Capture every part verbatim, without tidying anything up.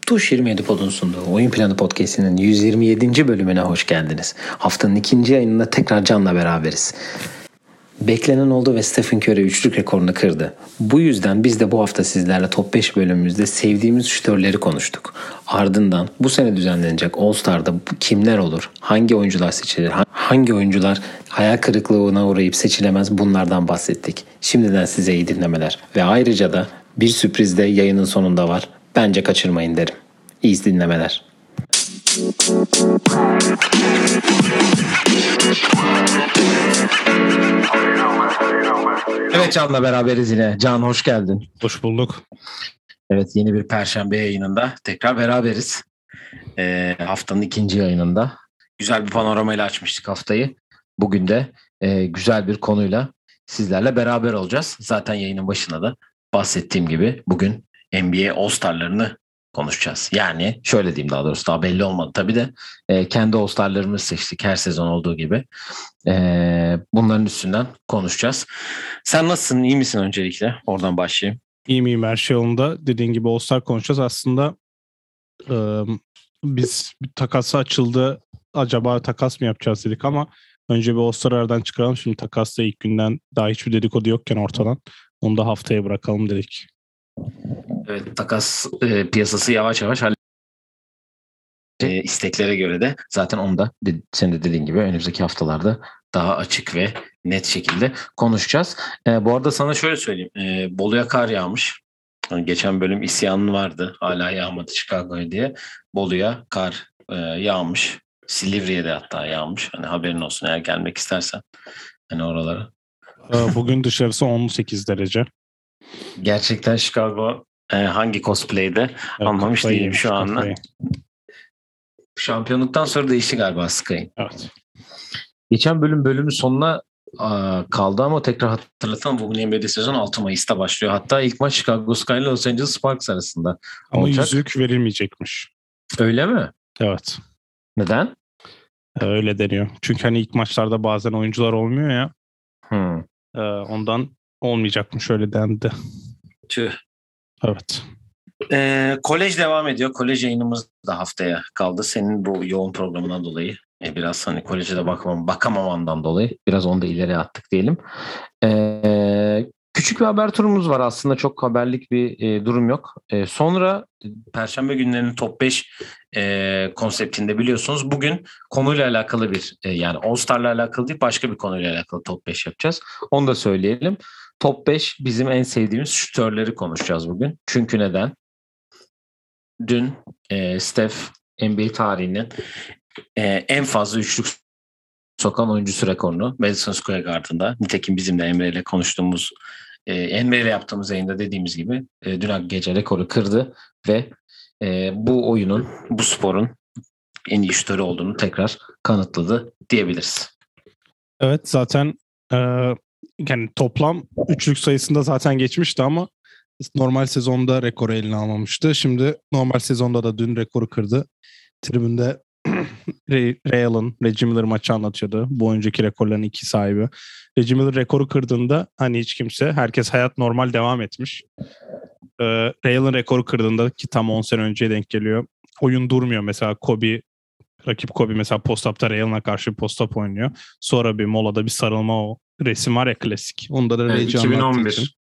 Tuş yirmi yedi Pod'un sunduğu Oyun Planı Podcast'inin yüz yirmi yedinci bölümüne hoş geldiniz. Haftanın ikinci yayınında tekrar Can'la beraberiz. Beklenen oldu ve Stephen Curry üçlük rekorunu kırdı. Bu yüzden biz de bu hafta sizlerle Top beş bölümümüzde sevdiğimiz şütörleri konuştuk. Ardından bu sene düzenlenecek All Star'da kimler olur, hangi oyuncular seçilir, hangi oyuncular hayal kırıklığına uğrayıp seçilemez, bunlardan bahsettik. Şimdiden size iyi dinlemeler ve ayrıca da bir sürpriz de yayının sonunda var. Bence kaçırmayın derim. İyi dinlemeler. Evet, Can'la beraberiz yine. Can, hoş geldin. Hoş bulduk. Evet, yeni bir Perşembe yayınında tekrar beraberiz. Ee, haftanın ikinci yayınında. Güzel bir panoramayla açmıştık haftayı. Bugün de e, güzel bir konuyla sizlerle beraber olacağız. Zaten yayının başında da bahsettiğim gibi bugün N B A All-Star'larını konuşacağız. Yani şöyle diyeyim, daha doğrusu daha belli olmadı tabii de e, kendi All-Star'larımızı seçtik her sezon olduğu gibi. E, bunların üstünden konuşacağız. Sen nasılsın? İyi misin öncelikle? Oradan başlayayım. İyi miyim, her şey yolunda. Dediğin gibi All-Star konuşacağız. Aslında e, biz bir takası açıldı. Acaba takas mı yapacağız dedik ama önce bir All-Star'ı aradan çıkaralım. Şimdi takasta ilk günden daha hiçbir dedikodu yokken ortadan. Onu da haftaya bırakalım dedik. Evet, takas e, piyasası yavaş yavaş hallediyor. E, isteklere göre de zaten onu da de, senin de dediğin gibi önümüzdeki haftalarda daha açık ve net şekilde konuşacağız. E, bu arada sana şöyle söyleyeyim. E, Bolu'ya kar yağmış. Yani geçen bölüm isyanın vardı. Hala yağmadı Chicago'ya diye. Bolu'ya kar e, yağmış. Silivri'ye de hatta yağmış. Hani haberin olsun eğer gelmek istersen. Hani oralara. Bugün dışarısı on sekiz derece. Gerçekten Chicago e, hangi cosplay'de evet, anlamış değilim şu anda. Şampiyonluktan sonra değişti galiba Sky. Evet. Geçen bölüm bölümün sonuna a, kaldı ama tekrar hatırlatalım. Bugün N B A'de sezon altı Mayıs'ta başlıyor. Hatta ilk maç Chicago Sky ile Los Angeles Sparks arasında ama olacak. yüzük verilmeyecekmiş. Öyle mi? Evet. Neden? Öyle deniyor. Çünkü hani ilk maçlarda bazen oyuncular olmuyor ya. Hmm. Ee, ondan olmayacakmış, öyle dendi. Tüh. Evet. Ee, kolej devam ediyor. Kolej yayınımız da haftaya kaldı. Senin bu yoğun programından dolayı e, biraz hani koleje de bakamam, bakamamandan dolayı biraz onu da ileri attık diyelim. Ee, küçük bir haber turumuz var. Aslında çok haberlik bir e, durum yok. E, sonra Perşembe günlerinin Top beş e, konseptinde biliyorsunuz bugün konuyla alakalı bir e, yani All Star'la alakalı değil, başka bir konuyla alakalı Top beş yapacağız. Onu da söyleyelim. Top beş bizim en sevdiğimiz şütörleri konuşacağız bugün. Çünkü neden? Dün e, Steph N B A tarihinin e, en fazla üçlük sokan oyuncusu rekorunu Madison Square Garden'da, nitekim bizim de Emre ile konuştuğumuz e, Emre ile yaptığımız yayında dediğimiz gibi e, dün gece rekoru kırdı ve e, bu oyunun, bu sporun en iyi şütörü olduğunu tekrar kanıtladı diyebiliriz. Evet, zaten e, yani toplam üçlük sayısında zaten geçmişti ama normal sezonda rekoru eline almamıştı. Şimdi normal sezonda da dün rekoru kırdı. Tribünde Ray, Ray Allen, Reggie Miller maçı anlatıyordu. Bu önceki rekorların iki sahibi. Reggie Miller rekoru kırdığında hani hiç kimse, herkes hayat normal devam etmiş. Ee, Ray Allen rekoru kırdığında, ki tam on sene önceye denk geliyor, oyun durmuyor. Mesela Kobe, rakip Kobe mesela post-up'ta Ray Allen'a karşı post-up oynuyor. Sonra bir molada bir sarılma, o resim var ya, klasik. Onda da evet, Reggie iki bin on bir anlattığı için.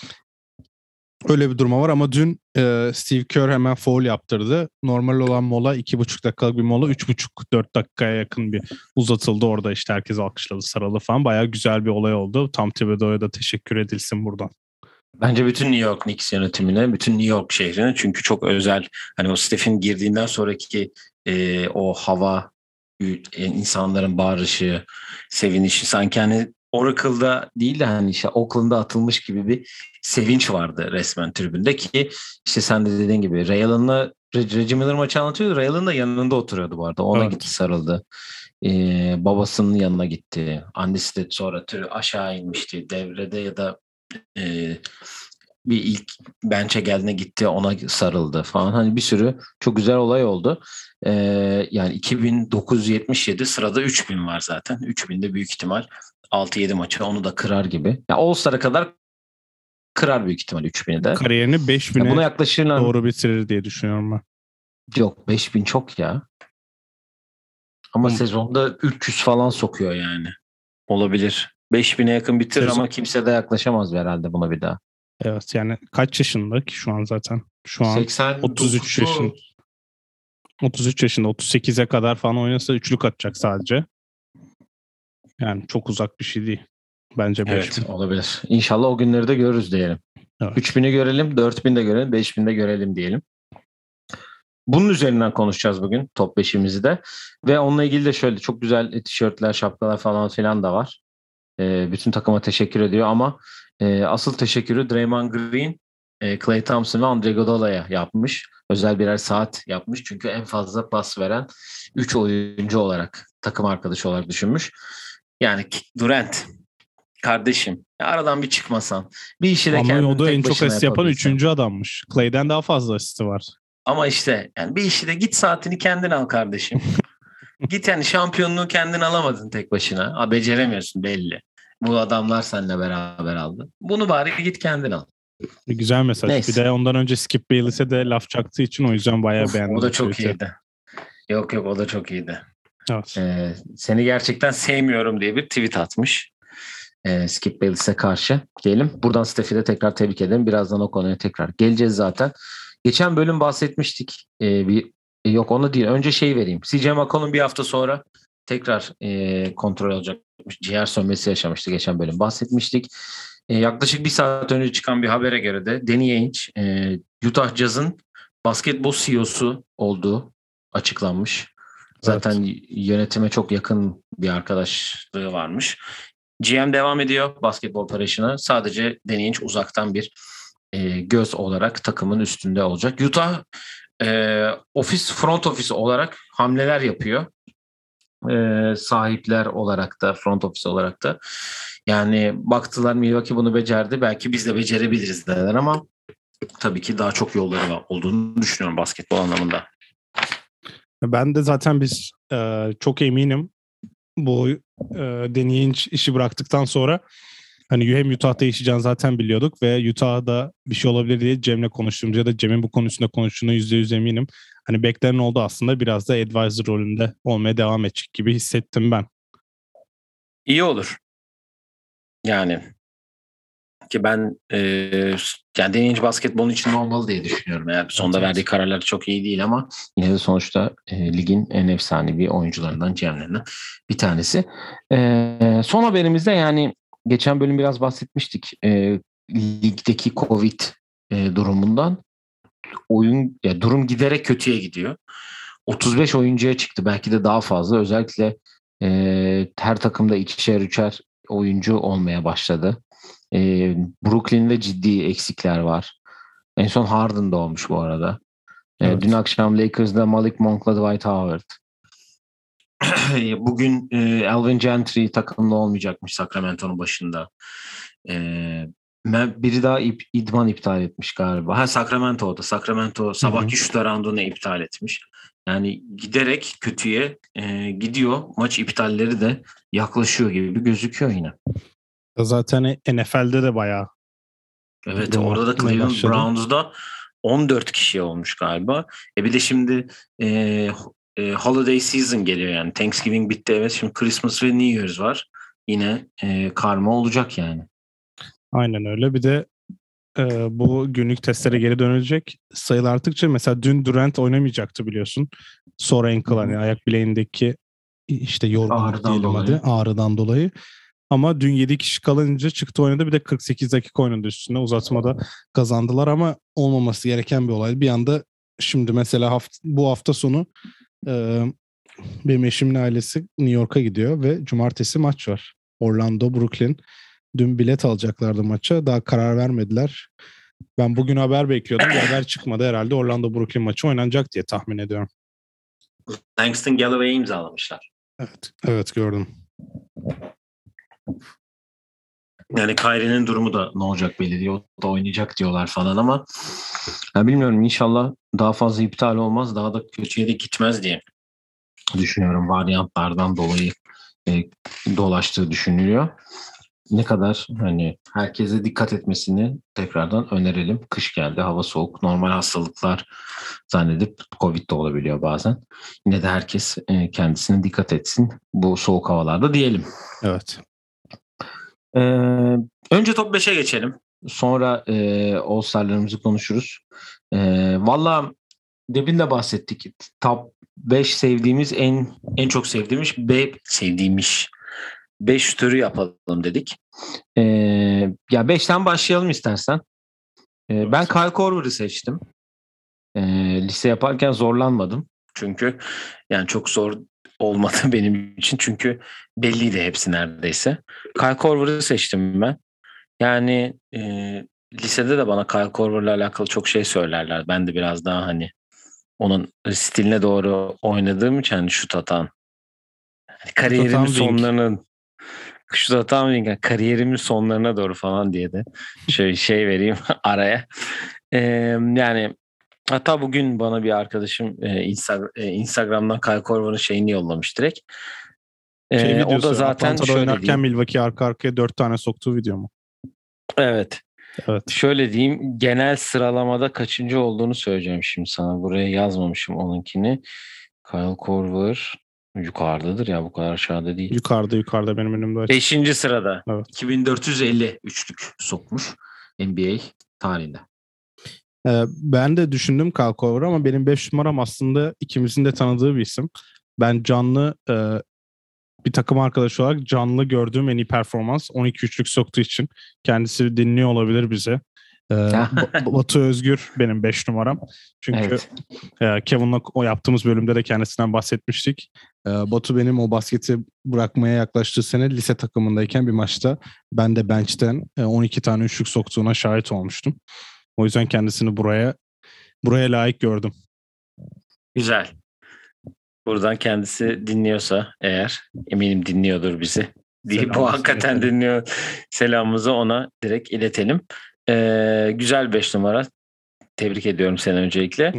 Öyle bir durma var ama dün e, Steve Kerr hemen foul yaptırdı. Normal olan mola iki buçuk dakikalık bir mola üç buçuk dört dakikaya yakın bir uzatıldı. Orada işte herkes alkışladı, sarıldı falan. Bayağı güzel bir olay oldu. Tom Thibodeau'ya da teşekkür edilsin buradan. Bence bütün New York Knicks yönetimine, bütün New York şehrine, çünkü çok özel. Hani o Steph'in girdiğinden sonraki e, o hava, insanların bağırışı, sevinişi, sanki hani Oracle'da değil de hani işte Oakland'da atılmış gibi bir sevinç vardı resmen tribünde, ki işte sen de dediğin gibi Ray Allen'la Reggie Miller maçı anlatıyordu. Ray Allen da yanında oturuyordu bu arada. Ona evet. gitti, sarıldı. Ee, babasının yanına gitti. Annesi de sonra türü aşağı inmişti. Devrede ya da e, bir ilk bench'e geldiğine gitti, ona sarıldı falan. Hani bir sürü çok güzel olay oldu. Ee, yani iki bin dokuz yüz yetmiş yedi, sırada üç bin var zaten. üç bin de büyük ihtimal altı yedi maçı onu da kırar gibi. Yani All Star'a kadar kırar büyük ihtimal üç bini de. Kariyerini beş bine buna yaklaşırlar, doğru bitirir diye düşünüyorum ben. Yok, beş bin çok ya. Ama Hı. sezonda üç yüz falan sokuyor yani. Olabilir. beş bine yakın bitirir Sezon, ama kimse de yaklaşamaz herhalde buna bir daha. evet yani kaç yaşında ki şu an zaten? Şu an otuz üç seksen dokuzlu yaşın. otuz üç yaşında otuz sekize kadar falan oynasa üçlük atacak sadece. Yani çok uzak bir şey değil. Bence beş evet bin. olabilir. İnşallah o günleri de görürüz diyelim. Evet. üç bini görelim, dört bin de görelim, beş bin de görelim diyelim. Bunun üzerinden konuşacağız bugün top beşimizi de. Ve onunla ilgili de şöyle çok güzel tişörtler, şapkalar falan filan da var. Ee, bütün takıma teşekkür ediyor ama e, asıl teşekkürü Draymond Green, e, Klay Thompson ve Andre Iguodala'ya yapmış. Özel birer saat yapmış. Çünkü en fazla pas veren üç oyuncu olarak, takım arkadaşı olarak düşünmüş. Yani Durant, kardeşim ya aradan bir çıkmasan, bir işi de Ama o kendin da en tek çok başına asist yapan yapabilsen. üçüncü adammış. Clay'den daha fazla asisti var. Ama işte yani bir işi de git saatini kendin al kardeşim. Git yani şampiyonluğu kendin alamadın tek başına. Ha, beceremiyorsun belli. Bu adamlar seninle beraber aldı. Bunu bari git kendin al. Bir güzel mesaj. Bir Neyse. de ondan önce Skip Bayless'e de laf çaktığı için o yüzden bayağı Uf, o beğendim o da çok tweet'i. iyiydi. Yok yok o da çok iyiydi. Evet. Ee, seni gerçekten sevmiyorum diye bir tweet atmış. Ee, Skip Bayless'e karşı diyelim. Buradan Steph'i de tekrar tebrik ederim. Birazdan o konuya tekrar geleceğiz zaten. Geçen bölüm bahsetmiştik. Ee, bir e, yok onu değil. Önce şey vereyim. C J McCollum bir hafta sonra tekrar e, kontrol olacakmış. Ciğer sönmesi yaşamıştı. Geçen bölüm bahsetmiştik. E, yaklaşık bir saat önce çıkan bir habere göre de Danny Ainge e, Utah Jazz'ın basketbol C E O'su olduğu açıklanmış. Zaten Evet. yönetime çok yakın bir arkadaşlığı varmış. G M devam ediyor basketbol operasyona. Sadece Danny Ainge uzaktan bir e, göz olarak takımın üstünde olacak. Utah e, ofis front ofis olarak hamleler yapıyor. E, sahipler olarak da front ofis olarak da. Yani baktılar Milwaukee bunu becerdi. Belki biz de becerebiliriz dediler ama tabii ki daha çok yolları var olduğunu düşünüyorum basketbol anlamında. Ben de zaten biz e, çok eminim bu e, Danny Ainge işi bıraktıktan sonra hani hem Utah'ta yaşayacağını zaten biliyorduk ve Utah'da bir şey olabilir diye Cem'le konuştuğumuz ya da Cem'in bu konusunda konuştuğuna yüzde yüz eminim. Hani beklenen oldu aslında biraz da advisor rolünde olmaya devam edecek gibi hissettim ben. İyi olur. Yani ki ben e, yani deneyince basketbolun içinde olmalı diye düşünüyorum. Eğer sonunda Evet, verdiği evet. kararlar çok iyi değil ama yine de sonuçta e, ligin en efsanevi oyuncularından G M'lerinden bir tanesi. E, son haberimizde yani geçen bölüm biraz bahsetmiştik. E, ligdeki Covid e, durumundan oyun ya durum giderek kötüye gidiyor. otuz beş oyuncuya çıktı. Belki de daha fazla. Özellikle e, her takımda ikişer üçer oyuncu olmaya başladı. E, Brooklyn'de ciddi eksikler var. En son Harden'da olmuş bu arada. E, dün Evet. akşam Lakers'da Malik Monk'la Dwight Howard. Bugün e, Alvin Gentry takımda olmayacakmış Sacramento'nun başında. E, biri daha ip, idman iptal etmiş galiba. Ha Sacramento'da. Sacramento Hı hı. sabahki şut roundunu iptal etmiş. Yani giderek kötüye e, gidiyor. Maç iptalleri de yaklaşıyor gibi gözüküyor yine. Zaten N F L'de de bayağı Evet durum orada da artmaya Cleveland başladı. Browns'da on dört kişi olmuş galiba. E bir de şimdi e, e, holiday season geliyor yani. Thanksgiving bitti evet. Şimdi Christmas ve New Year's var. Yine e, karma olacak yani. Aynen öyle. Bir de e, bu günlük testlere geri dönülecek. Sayılar arttıkça mesela dün Durant oynamayacaktı biliyorsun. Sonra ankle hani ayak bileğindeki işte yorgunluk Ağrıdan diyelim hadi dolayı. ağrıdan dolayı. Ama dün yedi kişi kalınca çıktı oynadı. Bir de kırk sekiz dakika oynadı üstüne. Uzatmada kazandılar ama olmaması gereken bir olay. Bir anda şimdi mesela haft bu hafta sonu e, benim eşimin ailesi New York'a gidiyor ve cumartesi maç var. Orlando, Brooklyn. Dün bilet alacaklardı maça. Daha karar vermediler. Ben bugün haber bekliyordum. Bir haber çıkmadı herhalde. Orlando Brooklyn maçı oynanacak diye tahmin ediyorum. Langston Galloway'i imzalamışlar. Evet, evet gördüm. Yani Kyrie'nin durumu da ne olacak belli değil. O da oynayacak diyorlar falan ama ya bilmiyorum inşallah daha fazla iptal olmaz. Daha da kötüye de gitmez diye düşünüyorum. Varyantlardan dolayı e, dolaştığı düşünülüyor. ne kadar hani herkese dikkat etmesini tekrardan önerelim. Kış geldi, hava soğuk. Normal hastalıklar zannedip Covid de olabiliyor bazen. Yine de herkes e, kendisine dikkat etsin bu soğuk havalarda diyelim. Evet. Ee, önce top beşe geçelim. Sonra e, All-Star'larımızı konuşuruz. E, Valla demin de bahsettik. Top beş sevdiğimiz en en çok sevdiğimiz be, sevdiğimiz beş şutörü yapalım dedik. Ee, ya beşten başlayalım istersen. Ee, ben Kyle Korver'ı seçtim. Ee, liste yaparken zorlanmadım. Çünkü yani çok zor olmadı benim için. Çünkü belliydi hepsi neredeyse. Kyle Korver'ı seçtim ben. Yani e, lisede de bana Kyle Korver'la alakalı çok şey söylerler. Ben de biraz daha hani onun stiline doğru oynadığım için hani şut atan. Hani kariyerimin sonlarının şut atan wing, kariyerimin sonlarına doğru falan diye de şöyle şey vereyim araya. Ee, yani hatta bugün bana bir arkadaşım e, Insta- e, Instagram'dan Kyle Korver'ın şeyini yollamış direkt. Ee, şey videosu, o da zaten Atlanta'da şöyle oynarken diyeyim. Milwaukee arka arkaya dört tane soktuğu video mu? Evet. Evet. Şöyle diyeyim, genel sıralamada kaçıncı olduğunu söyleyeceğim şimdi sana. Buraya yazmamışım onunkini. Kyle Korver yukarıdadır ya, bu kadar aşağıda değil. Yukarıda yukarıda benim önümde açık. Beşinci sırada. Evet. iki bin dört yüz elli üçlük sokmuş N B A tarihinde. Ee, ben de düşündüm Kyle Korver ama benim beş numaram aslında ikimizin de tanıdığı bir isim. Ben canlı e, bir takım arkadaşı olarak canlı gördüğüm en iyi performans on iki üçlük soktuğu için. Kendisi dinliyor olabilir bize. Ee, Batu Özgür benim beş numaram. Çünkü evet. e, Kevin'la o yaptığımız bölümde de kendisinden bahsetmiştik. E, Batu benim o basketi bırakmaya yaklaştığı sene lise takımındayken bir maçta ben de bench'ten e, on iki tane üçlük soktuğuna şahit olmuştum. O yüzden kendisini buraya buraya layık gördüm. Güzel. Buradan kendisi dinliyorsa eğer, eminim dinliyordur bizi. Selam, bu hakikaten iletelim. Dinliyor. Selamımızı ona direkt iletelim. Ee, güzel beş numara. Tebrik ediyorum seni öncelikle.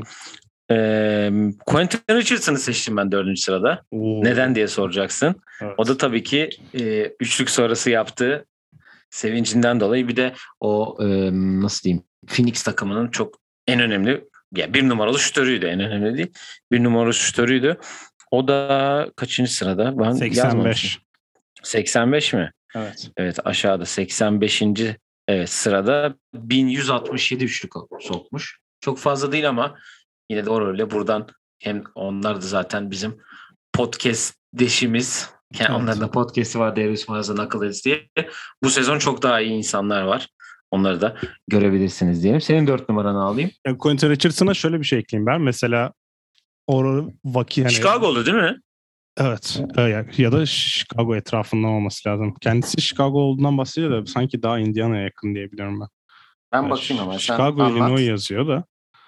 Ee, Quentin Richardson'ı seçtim ben dördüncü sırada. Oo. Neden diye soracaksın. Evet. O da tabii ki e, üçlük sonrası yaptığı sevincinden dolayı, bir de o e, nasıl diyeyim, Phoenix takımının çok en önemli, ya bir numaralı şutörüydü, en önemli değil. Bir numaralı şutörüydü. O da kaçıncı sırada? Ben seksen beş. seksen beş mi? Evet. Evet, aşağıda seksen beşinci Evet, sırada bin yüz altmış yedi üçlük sokmuş. Çok fazla değil ama yine de o öyle. Buradan hem onlar da zaten bizim podcast deşimiz. Yani evet. Onların da podcast'i var, Darius Miles'a Knuckle Heads diye. Bu sezon çok daha iyi insanlar var. Onları da görebilirsiniz diyelim. Senin dört numaranı alayım. Yani Quentin Richardson'a şöyle bir şey ekleyeyim ben. Mesela o vakit yani... Chicago'lu değil mi? Evet. Ya da Chicago etrafından olması lazım. Kendisi Chicago olduğundan bahsediyor da sanki daha Indiana'ya yakın diye biliyorum ben. Ben yani bakayım ama. Chicago, Illinois yazıyor da.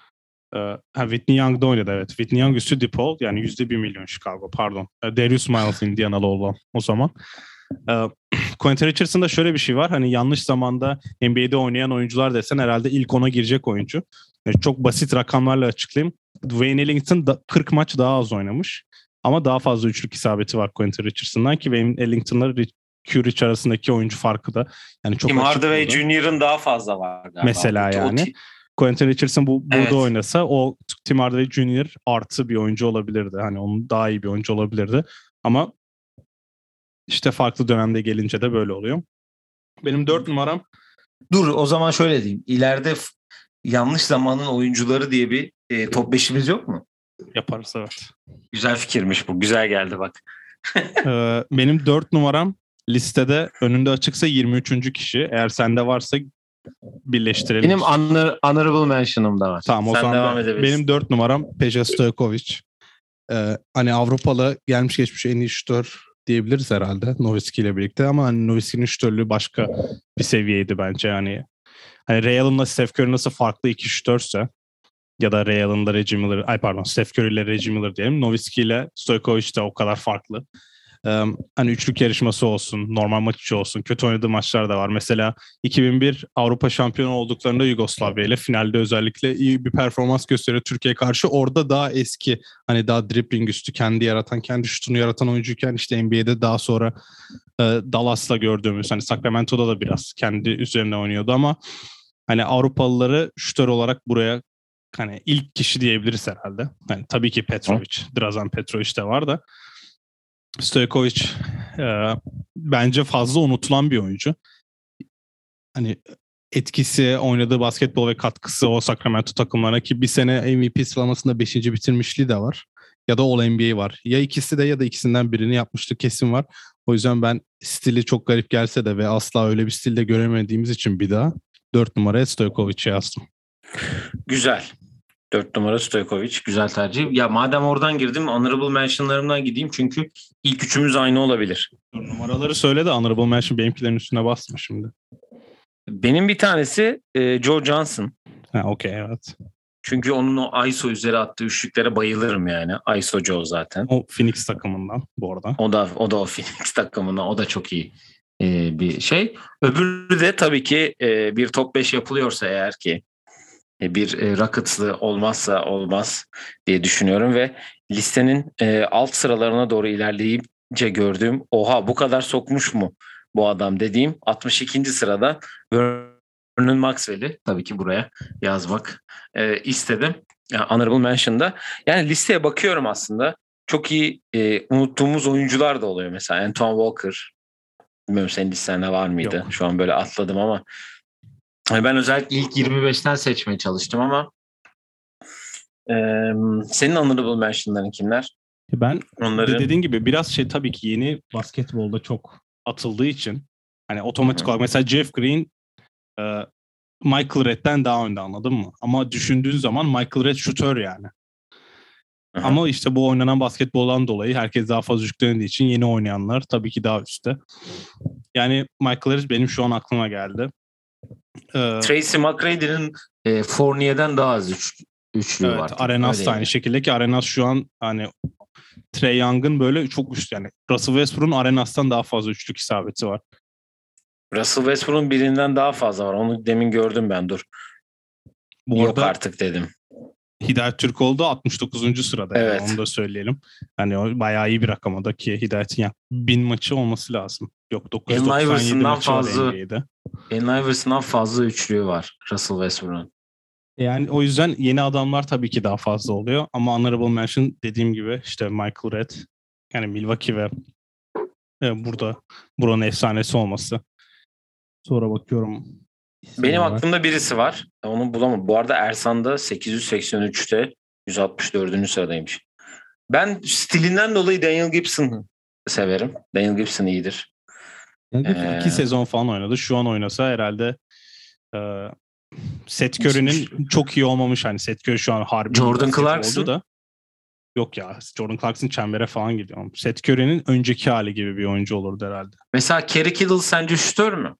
Ha, Whitney Young'da oynadı evet. Whitney Young üstü DePaul, yani yüzde bir milyon Chicago, pardon. Darius Miles Indianalı olan o zaman. Quentin Richardson'da şöyle bir şey var. Hani yanlış zamanda N B A'de oynayan oyuncular desen herhalde ilk ona girecek oyuncu. Yani çok basit rakamlarla açıklayayım. Wayne Ellington da kırk maç daha az oynamış. Ama daha fazla üçlük isabeti var Quentin Richardson'dan ki Wayne Ellington'la Curry arasındaki oyuncu farkı da yani çok Tim açık. Hardaway Junior'ın daha fazla var galiba. Mesela o, yani. O Quentin Richardson bu, burada evet. oynasa o Tim Hardaway Junior artı bir oyuncu olabilirdi. Hani onun daha iyi bir oyuncu olabilirdi. Ama işte farklı dönemde gelince de böyle oluyor. Benim dört numaram. Dur o zaman şöyle diyeyim. İleride f- yanlış zamanın oyuncuları diye bir e, top beşimiz yok mu? Yaparız evet. Güzel fikirmiş bu. Güzel geldi bak. ee, benim dört numaram listede önünde açıksa yirmi üçüncü kişi. Eğer sende varsa birleştirelim. Benim honor, honorable mention'ım da var. Tamam, o Sen zaman devam ben, edebilirsin. benim dört numaram Peja Stojkovic. Ee, hani Avrupalı gelmiş geçmiş en iyi şutör diyebiliriz herhalde Nowitzki ile birlikte, ama hani Nowitzki'nin şutörlüğü başka bir seviyeydi bence. Yani hani Ray Allen'la Steph Curry nasıl farklı iki şutörse, ya da Ray Allen'la Reggie Miller, ay pardon Steph Curry ile Reggie Miller diyelim, Nowitzki ile Stojkovic de o kadar farklı. Ee, hani üçlük yarışması olsun, normal maç içi olsun, kötü oynadığı maçlar da var. Mesela iki bin bir Avrupa şampiyonu olduklarında Yugoslavya ile finalde özellikle iyi bir performans gösteriyor Türkiye karşı. Orada daha eski, hani daha dribbling üstü, kendi yaratan, kendi şutunu yaratan oyuncuyken işte N B A'de daha sonra e, Dallas'la gördüğümüz, hani Sacramento'da da biraz kendi üzerine oynuyordu ama hani Avrupalıları şutör olarak buraya hani ilk kişi diyebiliriz herhalde. Yani tabii ki Petrovic, Drazen Petrovic de var da Stojkovic e, bence fazla unutulan bir oyuncu. Hani etkisi, oynadığı basketbol ve katkısı o Sacramento takımlarına, ki bir sene M V P sıralamasında beşinci bitirmişliği de var. Ya da All N B A var. Ya ikisi de ya da ikisinden birini yapmıştı kesin var. O yüzden ben stili çok garip gelse de ve asla öyle bir stilde göremediğimiz için bir daha dört numaraya Stojkovic'i yazdım. Güzel. dört numara Stojkovic. Güzel tercih. Ya madem oradan girdim, honorable mentionlarımdan gideyim çünkü ilk üçümüz aynı olabilir. Numaraları söyle de honorable mention benimkilerin üstüne basma şimdi. Benim bir tanesi e, Joe Johnson. Ha, okey, evet. Çünkü onun o I S O üzeri attığı üçlüklere bayılırım yani. I S O Joe zaten. O Phoenix takımından bu arada. O da o da o Phoenix takımından. O da çok iyi e, bir şey. Öbürü de tabii ki e, bir top beş yapılıyorsa eğer ki e, bir e, Rockets'lı olmazsa olmaz diye düşünüyorum ve listenin e, alt sıralarına doğru ilerleyince gördüğüm, oha bu kadar sokmuş mu bu adam dediğim altmış ikinci sırada Vernon Maxwell'i tabii ki buraya yazmak e, istedim. Yani honorable mention'da. Yani listeye bakıyorum aslında. Çok iyi e, unuttuğumuz oyuncular da oluyor. Mesela Antoine Walker. Bilmiyorum senin listende var mıydı? Yok. Şu an böyle atladım ama ben özellikle ilk yirmi beşten seçmeye çalıştım ama e, senin honorable mention'ların kimler? Ben Onları... de dediğin gibi biraz şey, tabii ki yeni basketbolda çok atıldığı için hani otomatik olarak mesela Jeff Green e, Michael Redd'den daha önde, anladın mı? Ama düşündüğün zaman Michael Redd şutör yani. Hı-hı. Ama işte bu oynanan basketboldan dolayı herkes daha fazla yüklendiği için yeni oynayanlar tabii ki daha üstte. Yani Michael Redd benim şu an aklıma geldi. Ee, Tracy McGrady'nin e, Fournier'den daha az üç, üçlüğü evet, var. Arenas da aynı şekilde, ki Arenas şu an hani Trae Young'ın böyle çok üst, yani Russell Westbrook'un Arenas'tan daha fazla üçlük isabeti var. Russell Westbrook'un birinden daha fazla var. Onu demin gördüm ben, dur. Bu Yok artık dedim. Hidayet Türkoğlu altmış dokuzuncu sırada. Evet. Yani onu da söyleyelim. Yani o bayağı iyi bir rakam o da, ki Hidayet'in ya bin maçı olması lazım. Yok, dokuz yüz doksan yedi maçı fazla, var N B A'de. Allen Iverson'dan fazla üçlüğü var Russell Westbrook'un. Yani o yüzden yeni adamlar tabii ki daha fazla oluyor. Ama honorable mention dediğim gibi işte Michael Redd, yani Milwaukee ve e, burada buranın efsanesi olması. Sonra bakıyorum. Benim aklımda birisi var. Onu bulamadım. Bu arada Ersan'da sekiz yüz seksen üçte yüz altmış dördüncü sıradaymış. Ben stilinden dolayı Daniel Gibson'ı severim. Daniel Gibson iyidir. Yani ee, iki sezon falan oynadı. Şu an oynasa herhalde e, Seth Curry'nin çok iyi olmamış. Hani Seth Curry şu an harbi Jordan Clarkson da. Yok ya, Jordan Clarkson çembere falan gidiyor. Seth Curry'nin önceki hali gibi bir oyuncu olurdu herhalde. Mesela Kerry Kittle sence şütör mü?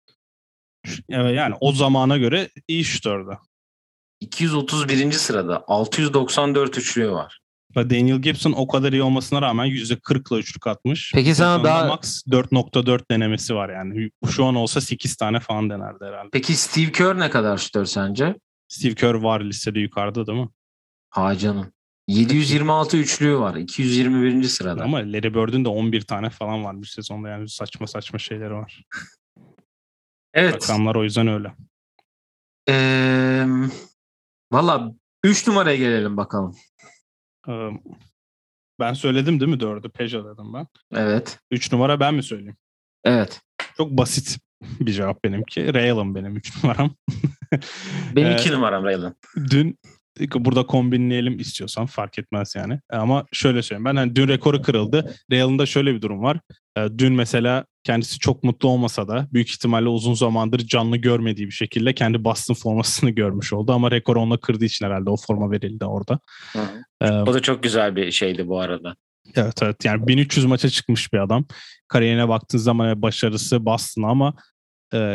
Evet, yani o zamana göre iyi şutördü. iki yüz otuz birinci sırada altı yüz doksan dört üçlüğü var. Daniel Gibson o kadar iyi olmasına rağmen yüzde kırkla üçlük atmış. Peki sana daha... Max dört nokta dört denemesi var yani. Şu an olsa sekiz tane falan denerdi herhalde. Peki Steve Kerr ne kadar şutör sence? Steve Kerr var listede yukarıda değil mi? Ha canım. yedi yüz yirmi altı üçlüğü var. iki yüz yirmi birinci sırada. Ama Larry Bird'ün de on bir tane falan var bir sezonda. Yani saçma saçma şeyleri var. Evet. Rakamlar o yüzden öyle. Ee, Valla üç numaraya gelelim bakalım. Ee, ben söyledim değil mi dördü? Peja dedim ben. Evet. üç numara ben mi söyleyeyim? Evet. Çok basit bir cevap benimki. Ray Allen benim üç numaram. Benim iki numaram Ray Allen. Dün burada kombinleyelim istiyorsan, fark etmez yani. Ama şöyle söyleyeyim, ben hani dün rekoru kırıldı. Ray Allen'da şöyle bir durum var. Dün mesela kendisi çok mutlu olmasa da büyük ihtimalle uzun zamandır canlı görmediği bir şekilde kendi Boston formasını görmüş oldu. Ama rekoru onunla kırdığı için herhalde o forma verildi orada. Ee, o da çok güzel bir şeydi bu arada. Evet evet, yani bin üç yüz maça çıkmış bir adam. Kariyerine baktığın zaman başarısı Boston'a ama e,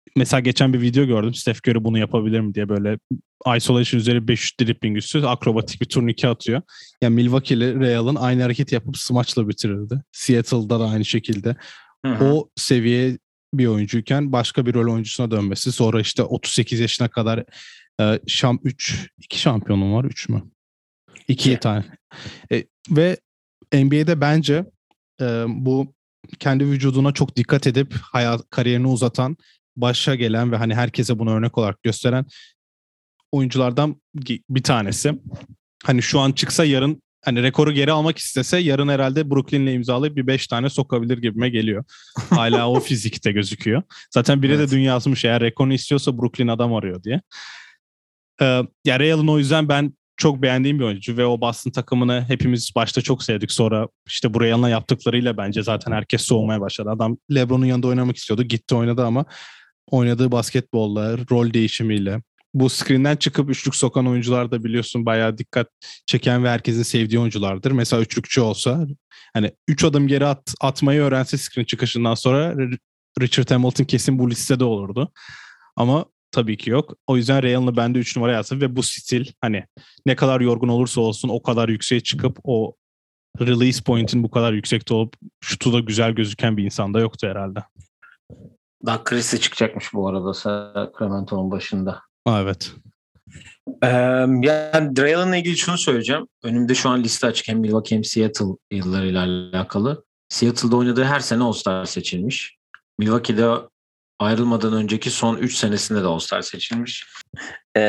mesela geçen bir video gördüm. Steph Curry bunu yapabilir mi diye, böyle isolation üzeri beş yüz dribbling üstü akrobatik bir turnike atıyor. Yani Milwaukee'li Real'ın aynı hareketi yapıp smaçla bitirirdi. Seattle'da da aynı şekilde. Hı hı. O seviye bir oyuncuyken başka bir rol oyuncusuna dönmesi. Sonra işte otuz sekiz yaşına kadar e, şam üç iki şampiyonum var. üç mü? iki İki. tane. E, ve N B A'de bence e, bu kendi vücuduna çok dikkat edip hayat kariyerini uzatan, başa gelen ve hani herkese bunu örnek olarak gösteren oyunculardan bir tanesi. Hani şu an çıksa yarın, hani rekoru geri almak istese yarın herhalde Brooklyn'le imzalayıp bir beş tane sokabilir gibime geliyor. Hala o fizikte gözüküyor. Zaten biri Evet. de dün yazmış, eğer rekorunu istiyorsa Brooklyn adam arıyor diye. Ee, ya Real'ın o yüzden ben çok beğendiğim bir oyuncu ve o Boston takımını hepimiz başta çok sevdik. Sonra işte bu Real'la yaptıklarıyla bence zaten herkes soğumaya başladı. Adam LeBron'un yanında oynamak istiyordu. Gitti oynadı ama oynadığı basketbolla, rol değişimiyle, bu screen'den çıkıp üçlük sokan oyuncular da biliyorsun bayağı dikkat çeken ve herkesin sevdiği oyunculardır. Mesela üçlükçü olsa, hani üç adım geri at, atmayı öğrense screen çıkışından sonra Richard Hamilton kesin bu listede olurdu. Ama tabii ki yok. O yüzden Real'ını ben de üç numara yazdım ve bu stil, hani ne kadar yorgun olursa olsun o kadar yükseğe çıkıp o release point'in bu kadar yüksekte olup şutu da güzel gözüken bir insan da yoktu herhalde. Doug Christie çıkacakmış bu arada Sacramento'nun başında. Evet. Ee, yani Real'ınla ilgili şunu söyleyeceğim. Önümde şu an liste açık. Hem Milwaukee hem Seattle yıllarıyla alakalı. Seattle'da oynadığı her sene All-Star seçilmiş. Milwaukee'de ayrılmadan önceki son üç senesinde de All-Star seçilmiş. Ee,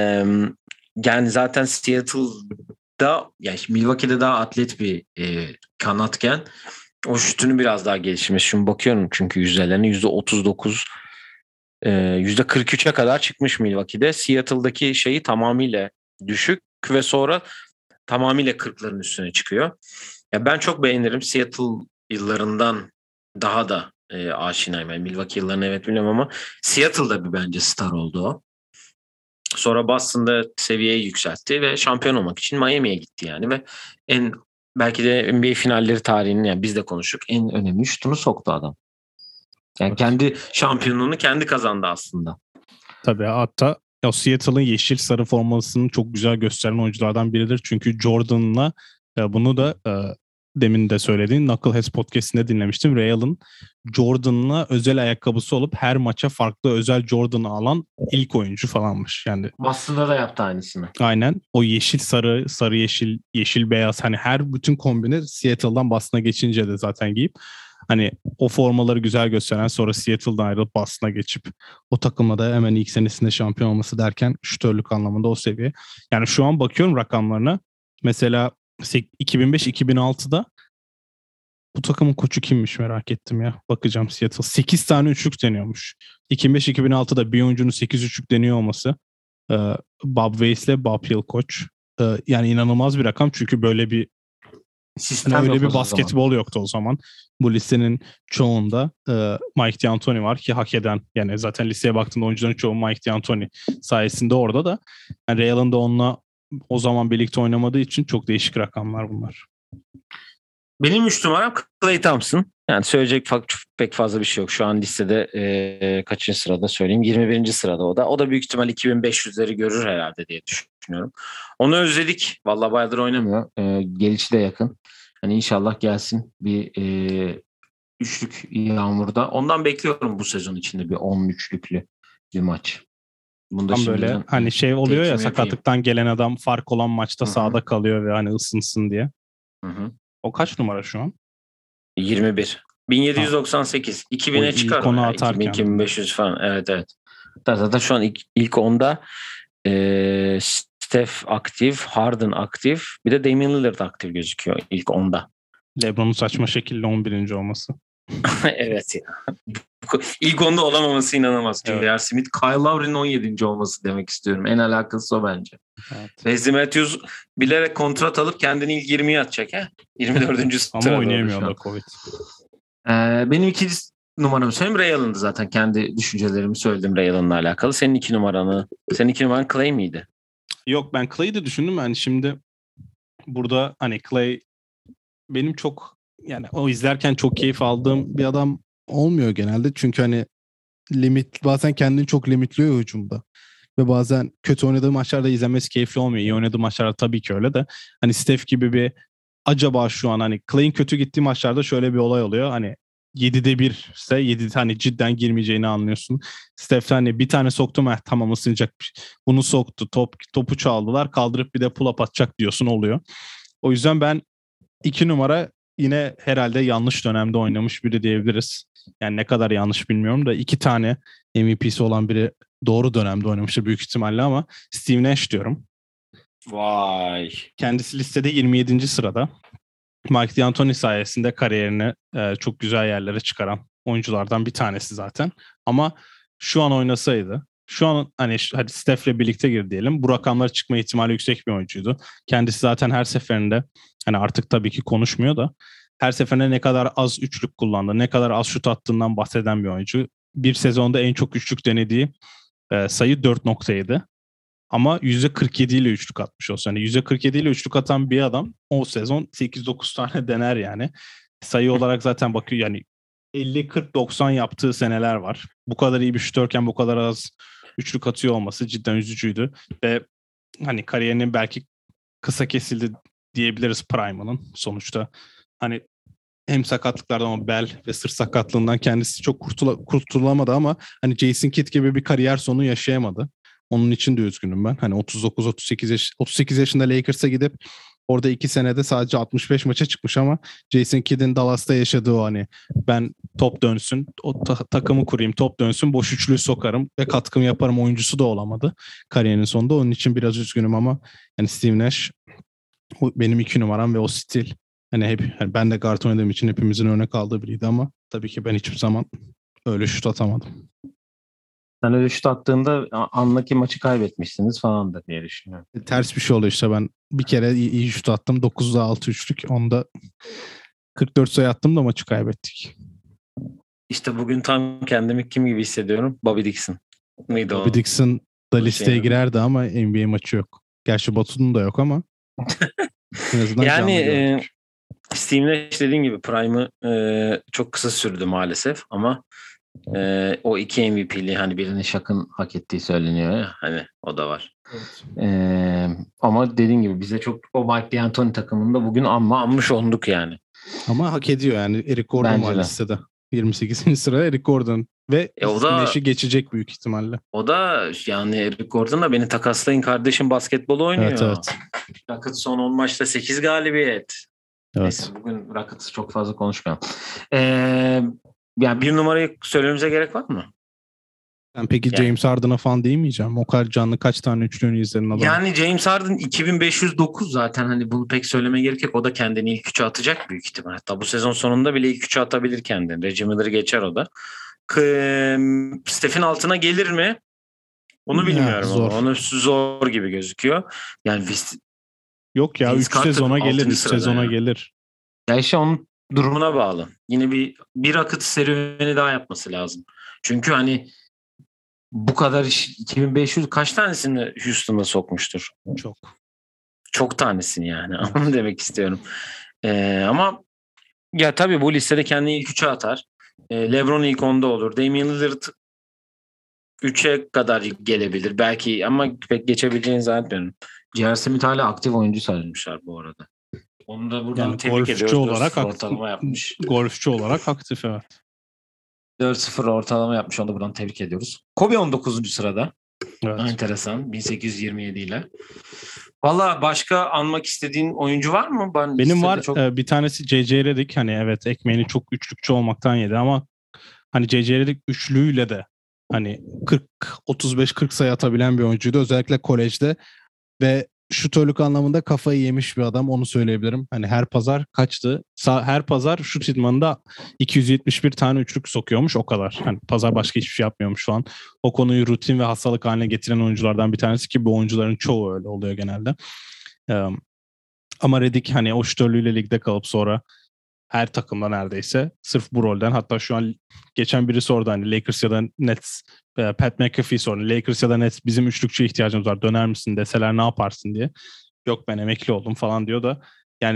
yani zaten Seattle'da, yani Milwaukee'de daha atlet bir e, kanatken o şutunu biraz daha geliştirmiş. Şimdi bakıyorum çünkü yüzdelerine yüzde otuz dokuz, yüzde kırk üçe kadar çıkmış Milwaukee'de. Seattle'daki şeyi tamamıyla düşük ve sonra tamamıyla kırkların üstüne çıkıyor. Ya ben çok beğenirim. Seattle yıllarından daha da e, aşinayım. Yani Milwaukee yıllarını evet bilmiyorum ama Seattle'da bir bence star oldu o. Sonra Boston'da seviyeyi yükseltti ve şampiyon olmak için Miami'ye gitti yani ve en belki de N B A finalleri tarihinin, yani biz de konuştuk, en önemli şutunu soktu adam. Yani evet. Kendi şampiyonluğunu kendi kazandı aslında. Tabii, hatta o Seattle'ın yeşil sarı formasını çok güzel gösteren oyunculardan biridir. Çünkü Jordan'la e, bunu da e, demin de söylediğin Knuckleheads podcast'inde dinlemiştim. Real'ın Jordan'la özel ayakkabısı olup her maça farklı özel Jordan'ı alan ilk oyuncu falanmış. Yani Boston'da da yaptı aynısını. Aynen. O yeşil sarı, sarı yeşil, yeşil beyaz, hani her bütün kombini Seattle'dan Boston'a geçince de zaten giyip hani o formaları güzel gösteren, sonra Seattle'dan ayrılıp Boston'a geçip o takımla da hemen ilk senesinde şampiyon olması derken şütörlük anlamında o seviye. Yani şu an bakıyorum rakamlarına. Mesela iki bin beş iki bin altıda bu takımın koçu kimmiş merak ettim ya. Bakacağım Seattle. sekiz tane üçlük deniyormuş. iki bin beş iki bin altıda bir oyuncunun sekiz üçlük deniyor olması. Ee, Bob Weiss'le Bob Hill koç. Ee, yani inanılmaz bir rakam çünkü böyle bir sistem hani öyle bir o basketbol zaman. yoktu o zaman. Bu listenin çoğunda e, Mike D'Antoni var ki hak eden, yani zaten listeye baktığında oyuncuların çoğu Mike D'Antoni sayesinde orada da. Yani Real'ın da onunla o zaman birlikte oynamadığı için çok değişik rakamlar bunlar. Benim üç numaram Klay Thompson. Yani söyleyecek pek fazla bir şey yok. Şu an listede e, kaçıncı sırada söyleyeyim? yirmi birinci sırada o da. O da büyük ihtimal iki bin beş yüzleri görür herhalde diye düşünüyorum. Onu özledik. Vallahi bayağıdır oynamıyor. E, gelişi de yakın. Hani inşallah gelsin bir e, üçlük yağmurda. Ondan bekliyorum bu sezon içinde bir on üçlüklü bir maç. Bunda Tam böyle hani şey oluyor ya, sakatlıktan yapayım. Gelen adam fark olan maçta Hı-hı. sahada kalıyor ve hani ısınsın diye. Hı-hı. O kaç numara şu an? yirmi bir. bin yedi yüz doksan sekiz. Ha. iki bine çıkar o. Ya. iki bin iki bin beş yüz falan. Evet evet. Zaten şu an ilk, ilk onda e, Steph aktif, Harden aktif. Bir de Damian Lillard aktif gözüküyor ilk onda. LeBron'un saçma şekilde on birinci olması. Evet ya. İlk onda olamaması inanılmaz. Evet. J R. Smith, Kyle Lowry'nin on yedinci olması demek istiyorum. En alakası o bence. Evet. Wesley Matthews bilerek kontrat alıp kendini ilk yirmiye atacak. He? yirmi dördüncü sırada. Ama oynayamıyor da Covid. Ee, benim ikinci numaramı söyleyeyim. Ray Allen'dı zaten. Kendi düşüncelerimi söyledim Ray Allen'la alakalı. Senin iki numaranı, senin iki numaran Klay miydi? Yok, ben Clay'i de düşündüm. Yani şimdi burada hani Klay benim çok, yani o izlerken çok keyif aldığım bir adam olmuyor genelde. Çünkü hani limit bazen kendini çok limitliyor hücumda. Ve bazen kötü oynadığı maçlarda izlenmesi keyifli olmuyor. İyi oynadığı maçlarda tabii ki öyle de. Hani Steph gibi bir acaba şu an hani Clay'in kötü gittiği maçlarda şöyle bir olay oluyor. Hani yedide bir ise yedi tane cidden girmeyeceğini anlıyorsun. Steph hani bir tane soktu mu tamam ısınacakmış. Bunu soktu. Top, topu çaldılar. Kaldırıp bir de pull up atacak diyorsun oluyor. O yüzden ben iki numara yine herhalde yanlış dönemde oynamış biri diyebiliriz. Yani ne kadar yanlış bilmiyorum da iki tane M V P'si olan biri doğru dönemde oynamıştır büyük ihtimalle ama Steve Nash diyorum. Vay. Kendisi listede yirmi yedinci sırada. Mike D'Antoni sayesinde kariyerini e, çok güzel yerlere çıkaran oyunculardan bir tanesi zaten. Ama şu an oynasaydı, şu an hani hadi Steph'le birlikte gir diyelim. Bu rakamlara çıkma ihtimali yüksek bir oyuncuydu. Kendisi zaten her seferinde hani artık tabii ki konuşmuyor da her seferinde ne kadar az üçlük kullandı, ne kadar az şut attığından bahseden bir oyuncu. Bir sezonda en çok üçlük denediği e, sayı dört nokta yedi. Ama yüzde kırk yedi ile üçlük atmış olsa. Yani yüzde kırk yedi ile üçlük atan bir adam o sezon sekiz dokuz tane dener yani. Sayı olarak zaten bakıyor yani elli kırk doksan yaptığı seneler var. Bu kadar iyi bir şutörken bu kadar az üçlük atıyor olması cidden üzücüydü. Ve hani kariyerinin belki kısa kesildi diyebiliriz Prime'ının sonuçta. Hani hem sakatlıklardan ama bel ve sırt sakatlığından kendisi çok kurtula, kurtulamadı ama hani Jason Kidd gibi bir kariyer sonu yaşayamadı. Onun için de üzgünüm ben. Hani otuz dokuz otuz sekiz yaş, otuz sekiz yaşında Lakers'a gidip orada iki senede sadece altmış beş maça çıkmış ama Jason Kidd'in Dallas'ta yaşadığı o hani ben top dönsün, o ta- takımı kurayım, top dönsün, boş üçlüyü sokarım ve katkımı yaparım oyuncusu da olamadı kariyerinin sonunda. Onun için biraz üzgünüm ama yani Steve Nash benim iki numaram ve o stil. Hani hep yani ben de guard oynadığım için hepimizin örnek aldığı biriydi ama tabii ki ben hiçbir zaman öyle şut atamadım. Sen öyle şut attığında anlaki maçı kaybetmişsiniz falan da diye düşünüyorum. Ters bir şey oluyor işte ben bir kere iyi, iyi şut attım. dokuzda altı üçlük. Onda kırk dört sayı attım da maçı kaybettik. İşte bugün tam kendimi kim gibi hissediyorum? Bobby Dixon. Mıydı Bobby o? Dixon da O listeye şeyin. girerdi ama N B A maçı yok. Gerçi Batu'nun da yok ama en azından Yani canlı e, gördük. Steve Nash dediğin gibi Prime'ı e, çok kısa sürdü maalesef ama e, o iki M V P'li hani birinin Shaq'ın hak ettiği söyleniyor ya hani o da var. Evet. E, ama dediğin gibi bize çok o Mike D'Antoni takımında bugün amma anmış olduk yani. Ama hak ediyor yani. Eric Gordon var Bence de. listede. yirmi sekizinci sırada Eric Gordon ve E o da Nash'i geçecek büyük ihtimalle. o da yani Eric Gordon da beni takaslayın kardeşim basketbol Evet oynuyor. evet. Rockets son on maçta sekiz galibiyet. Evet. Neyse bugün Rockets'ı çok fazla konuşmayalım. Ee, yani bir numarayı söylememize gerek var mı? Sen peki Yani, James Harden'a fan diyemeyeceğim. O kadar canlı kaç tane üçlüğünü izledin adamı? yani James Harden iki bin beş yüz dokuz zaten hani bunu pek söyleme gerek yok. O da kendini ilk üçe atacak büyük ihtimal. Hatta bu sezon sonunda bile ilk üçe atabilir kendini. Reggie Miller'ı geçer o da. K- Steph'in altına gelir mi? Onu Ya, bilmiyorum ama. zor. Onu zor gibi gözüküyor. Yani Vince, Yok ya Vince üç Carter sezona gelir. altıncı üç sırada sezona ya. gelir. Ya işte onun durumuna bağlı. Yine bir bir akıt serüveni daha yapması lazım. Çünkü hani bu kadar iş iki bin beş yüz kaç tanesini Houston'a sokmuştur? Çok. Çok tanesini yani. Evet. Onu demek istiyorum. Ee, ama ya tabii bu listede kendini ilk üçe atar. Ee, LeBron ilk onda olur. Damian Lillard üçe kadar gelebilir. Belki ama pek geçebileceğini zannetmiyorum. J R. Smith hala aktif oyuncu sayılmışlar bu arada. Onu da buradan Yani tebrik golfçü ediyoruz. olarak dört sıfır aktif, ortalama yapmış. golfçü olarak aktif evet. dört sıfır ortalama yapmış. Onu da buradan tebrik ediyoruz. Kobe on dokuzuncu sırada. Evet. Enteresan. bin sekiz yüz yirmi yedi ile. Valla başka anmak istediğin oyuncu var mı? Ben Benim var çok... e, bir tanesi C C Redick. Hani evet ekmeğini çok üçlükçü olmaktan yedi ama hani C C Redick üçlüğüyle de hani kırk otuz beş kırk sayı atabilen bir oyuncuydu. Özellikle kolejde ve şutörlük anlamında kafayı yemiş bir adam onu söyleyebilirim. Hani her pazar kaçtı? Sa- her pazar şut idmanında iki yüz yetmiş bir tane üçlük sokuyormuş o kadar. Hani pazar başka hiçbir şey yapmıyormuş şu an. O konuyu rutin ve hastalık haline getiren oyunculardan bir tanesi ki bu oyuncuların çoğu öyle oluyor genelde. Ee, ama Redick hani o şutörlüğüyle ligde kalıp sonra her takımda neredeyse sırf bu rolden hatta şu an geçen biri sordu hani Lakers ya da Nets Pat McAfee sordu. Lakers ya da Nets bizim üçlükçüye ihtiyacımız var döner misin deseler ne yaparsın diye. Yok ben emekli oldum falan diyor da yani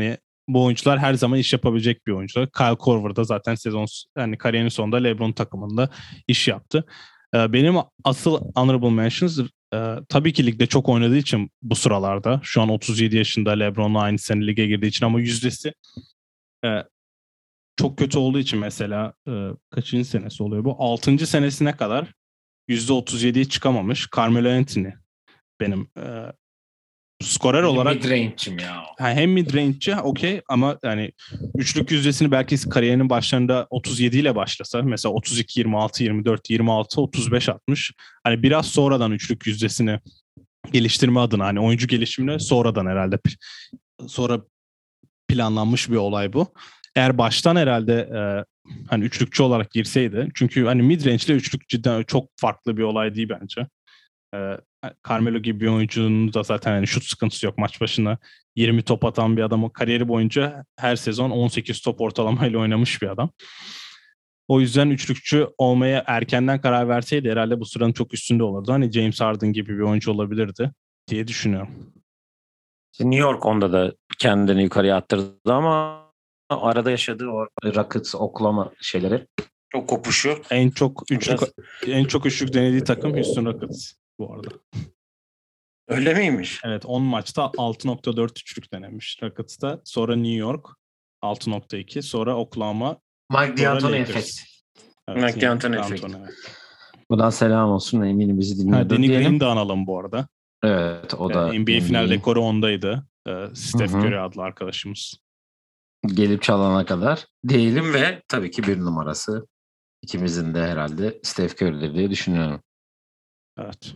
bu oyuncular her zaman iş yapabilecek bir oyuncular. Kyle Korver da zaten sezon yani kariyerinin sonunda LeBron takımında iş yaptı. Ee, benim asıl honorable mentions e, tabii ki ligde çok oynadığı için bu sıralarda. Şu an otuz yedi yaşında, LeBron'la aynı sene lige girdiği için, ama yüzdesi e, çok kötü olduğu için mesela e, kaçıncı senesi oluyor bu? altıncı senesine kadar yüzde otuz yediye çıkamamış. Carmelo Anthony benim e, skorer Benim olarak mid-range'im ya. ha, hem mid-range'ci okey, ama yani üçlük yüzdesini belki kariyerinin başlarında otuz yedi ile başlasa, mesela otuz iki yirmi altı yirmi dört yirmi altı otuz beş altmış, hani biraz sonradan üçlük yüzdesini geliştirme adına, hani oyuncu gelişimine sonradan herhalde sonra planlanmış bir olay bu. Eğer baştan herhalde e, hani üçlükçü olarak girseydi, çünkü hani mid-range ile üçlük cidden çok farklı bir olay değil bence. E, Carmelo gibi bir oyuncunun da zaten hani şut sıkıntısı yok. Maç başına yirmi top atan bir adam, o kariyeri boyunca her sezon on sekiz top ortalamayla oynamış bir adam. O yüzden üçlükçü olmaya erkenden karar verseydi herhalde bu sıranın çok üstünde olurdu. Hani James Harden gibi bir oyuncu olabilirdi diye düşünüyorum. New York onda da kendini yukarıya attırdı ama arada yaşadığı o Rockets, Oklahoma şeyleri, o kopuşu. En çok üçlük Biraz... en çok üçlük denediği takım Houston Rockets bu arada. Öyle miymiş? Evet, on maçta altı nokta dört üçlük denemiş Rockets'ta. Sonra New York altı nokta iki, sonra Oklahoma, Mike D'Antoni efekt. Evet, Mike D'Antoni efekt. Buradan selam olsun, eminim bizi dinliyordur Danny diyelim. Green'i de analım bu arada. Evet, o da N B A final rekoru ondaydı. Steph Curry adlı arkadaşımız. Gelip çalana kadar diyelim ve tabii ki bir numarası ikimizin de herhalde Steph Curry'dir diye düşünüyorum. Evet.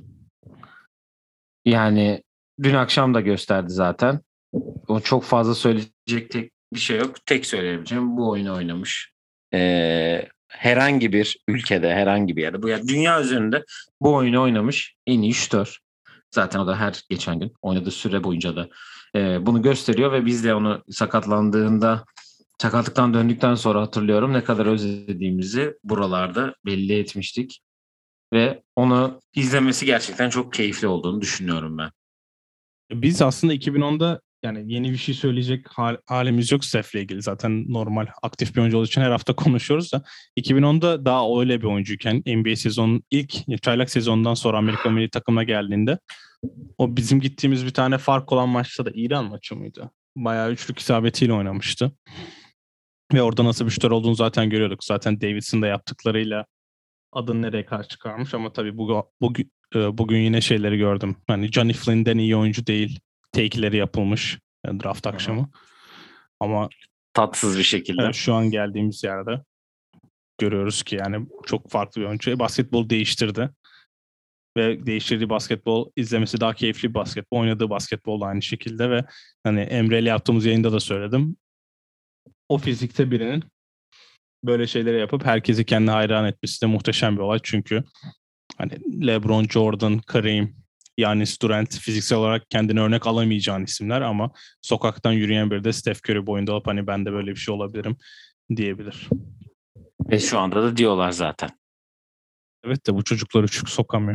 Yani dün akşam da gösterdi zaten. O çok fazla söyleyecek tek bir şey yok. Tek söyleyebileceğim, bu oyunu oynamış. Ee, herhangi bir ülkede, herhangi bir yerde, bu yani dünya üzerinde bu oyunu oynamış en iyi şütör. Zaten o da her geçen gün oynadığı süre boyunca da e, bunu gösteriyor ve biz de onu sakatlandığında, sakatlıktan döndükten sonra hatırlıyorum ne kadar özlediğimizi buralarda belli etmiştik. Ve onu izlemesi gerçekten çok keyifli olduğunu düşünüyorum ben. Biz aslında iki bin onda yani yeni bir şey söyleyecek hal, halimiz yok Steph'le ilgili. Zaten normal aktif bir oyuncu olduğu için her hafta konuşuyoruz da iki bin onda daha öyle bir oyuncuyken N B A sezonun ilk çaylak sezonundan sonra Amerika milli takımına geldiğinde, o bizim gittiğimiz bir tane fark olan maçta da İran maçı mıydı? Bayağı üçlük isabetiyle oynamıştı. Ve orada nasıl bir şutör olduğunu zaten görüyorduk. Zaten Davidson'da yaptıklarıyla adını nereye karşı çıkarmış, ama tabii bugün, bugün, bugün yine şeyleri gördüm. Hani Johnny Flynn'den iyi oyuncu değil. Take'leri yapılmış yani draft akşamı. Aha. Ama tatsız bir şekilde. Yani şu an geldiğimiz yerde görüyoruz ki yani çok farklı bir oyuncu. Basketbol değiştirdi. Ve değiştirdiği basketbol izlemesi daha keyifli bir basketbol. Oynadığı basketbol da aynı şekilde ve hani Emre'yle yaptığımız yayında da söyledim. O fizikte birinin böyle şeyleri yapıp herkesi kendine hayran etmesi de muhteşem bir olay. Çünkü hani LeBron, Jordan, Kareem, Giannis, Durant fiziksel olarak kendine örnek alamayacağın isimler, ama sokaktan yürüyen biri de Steph Curry boyunda olup hani ben de böyle bir şey olabilirim diyebilir. Ve şu anda da diyorlar zaten. Evet de bu çocuklar üçlük sokamıyor.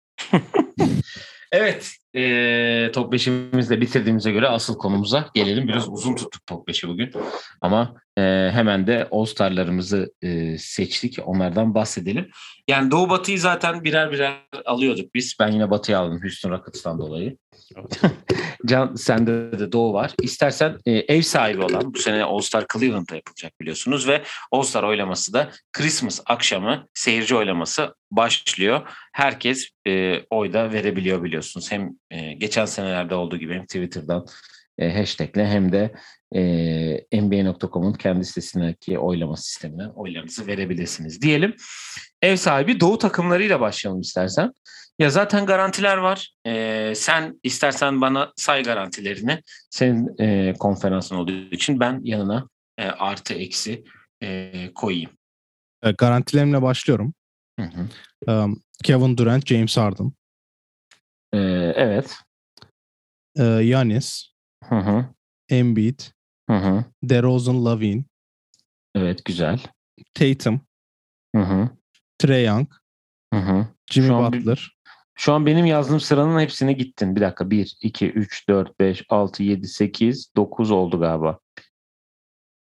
Evet. E, top beşimizi de bitirdiğimize göre asıl konumuza gelelim. Biraz uzun tuttuk top beşi bugün. Ama e, hemen de All-Star'larımızı e, seçtik. Onlardan bahsedelim. Yani Doğu Batı'yı zaten birer birer alıyorduk biz. Ben yine Batı'yı aldım Houston Rockets'tan dolayı. Evet. Can, sende de Doğu var. İstersen e, ev sahibi olan, bu sene All-Star Cleveland'da yapılacak biliyorsunuz ve All-Star oylaması da Christmas akşamı seyirci oylaması başlıyor. Herkes e, oyda verebiliyor biliyorsunuz. Hem e, geçen senelerde olduğu gibi hem Twitter'dan e, hashtagle hem de e, N B A nokta com'un kendi sitesindeki oylama sisteminden oylarınızı verebilirsiniz diyelim. Ev sahibi Doğu takımlarıyla başlayalım istersen. Ya zaten garantiler var. Ee, sen istersen bana say garantilerini. Senin e, konferansın olduğu için ben yanına e, artı eksi e, koyayım. E, garantilerimle başlıyorum. Hı hı. Um, Kevin Durant, James Harden. Ee, evet. Ee, Giannis. Hı hı. Embiid. Hı hı. DeRozan, Lavine. Evet, güzel. Tatum. Hı hı. Trae Young. Hı hı. Jimmy şu Butler. Bir, şu an benim yazdığım sıranın hepsine gittin. Bir dakika. bir, iki, üç, dört, beş, altı, yedi, sekiz, dokuz oldu galiba.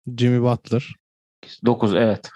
Jimmy Butler. dokuz evet.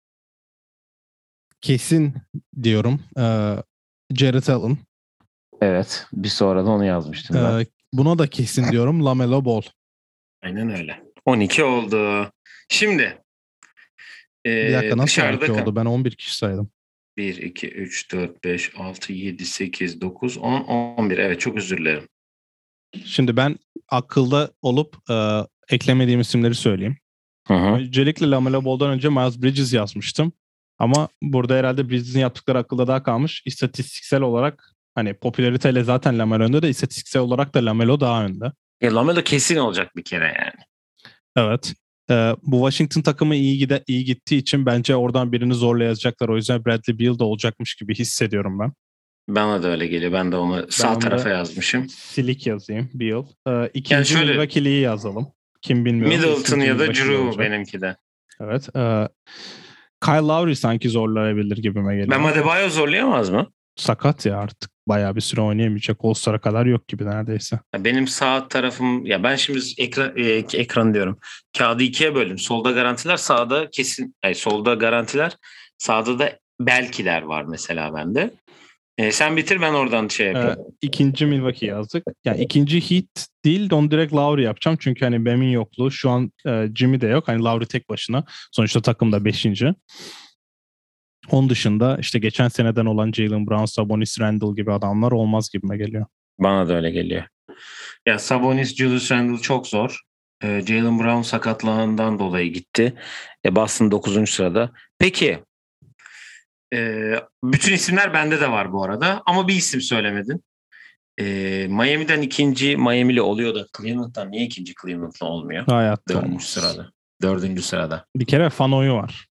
Kesin diyorum. Ee, Jarrett Allen. Evet. Bir sonra da onu yazmıştım ben. Ee, buna da kesin diyorum. LaMelo Ball. Aynen öyle. on iki oldu. Şimdi e, Bir dakika, nasıl on iki dışarıda oldu? Ben on bir kişi saydım. bir, iki, üç, dört, beş, altı, yedi, sekiz, dokuz, on, on bir. Evet, çok özür dilerim. Şimdi ben akılda olup e, eklemediğim isimleri söyleyeyim. Hı hı. Öncelikle LaMelo Ball'dan önce Miles Bridges yazmıştım. Ama burada herhalde Bridges'in yaptıkları akılda daha kalmış. İstatistiksel olarak hani popülariteyle zaten LaMelo önde de istatistiksel olarak da LaMelo daha önde. Ya LaMelo kesin olacak bir kere yani. Evet. Ee, bu Washington takımı iyi gide iyi gittiği için bence oradan birini zorlayacaklar. O yüzden Bradley Beal de olacakmış gibi hissediyorum ben. Bana da öyle geliyor. Ben de onu sağ onu tarafa da yazmışım. Silik yazayım, Beal. Ee, Yani ikinci şöyle Milwaukee'liyi yazalım. Kim bilmiyorum. Middleton İkinci ya da Milwaukee Drew olacak. benimki de. Evet. E, Kyle Lowry sanki zorlayabilir gibime geliyor. Bam Adebayo zorlayamaz mı? Sakat ya artık. Bayağı bir süre oynayamayacak. All-Star'a kadar yok gibi neredeyse. Ya benim sağ tarafım ya ben şimdi ekran e, ekran diyorum. Kağıdı ikiye böldüm. Solda garantiler, sağda kesin. Yani solda garantiler, sağda da belkiler var mesela bende. E, sen bitir, ben oradan şey Ee, yapayım. ikinci Milwaukee yazdık. Yani ikinci Heat değil de onu direkt Lowry yapacağım. Çünkü hani Bam'in yokluğu. Şu an e, Jimmy de yok. Hani Lowry tek başına. Sonuçta takımda beşinci. Onun dışında işte geçen seneden olan Jaylen Brown, Sabonis, Randle gibi adamlar olmaz gibime geliyor. Bana da öyle geliyor. Ya Sabonis, Julius Randle çok zor. E, Jaylen Brown sakatlığından dolayı gitti. E, Boston dokuzuncu sırada. Peki e, bütün isimler bende de var bu arada. Ama bir isim söylemedin. E, Miami'den ikinci Miami'li oluyor da Cleveland'dan niye ikinci Cleveland'lı olmuyor? Hayatta Dördüncü olmaz. sırada. Dördüncü sırada. Bir kere Fano'yu var.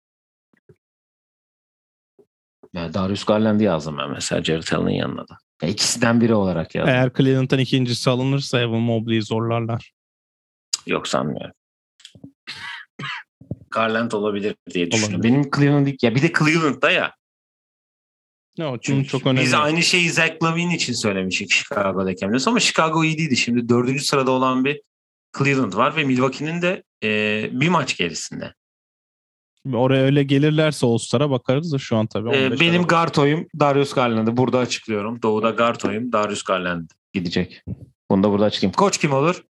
Ya Darius Garland'ı yazdım ben mesela Jarrett Allen'ın yanına da. Ya ikisinden biri olarak yazdım. Eğer Cleveland'dan ikincisi alınırsa Evan Mobley'i zorlarlar. Yok, sanmıyorum. Garland olabilir diye düşünüyorum. Olabilir. Benim Cleveland ya bir de Cleveland'da ya. Ne o? Çünkü Çok önemli. biz aynı şeyi Zach LaVine için söylemiştik Chicago'dayken biliyorsun ama Chicago iyi değildi. Şimdi dördüncü sırada olan bir Cleveland var ve Milwaukee'nin de e, bir maç gerisinde. Oraya öyle gelirlerse All-Star'a bakarız da şu an tabii. E, benim guard oyum Darius Garland'ı burada açıklıyorum. Doğu'da guard oyum Darius Garland gidecek. Bunu da burada açıklayayım. Koç kim olur?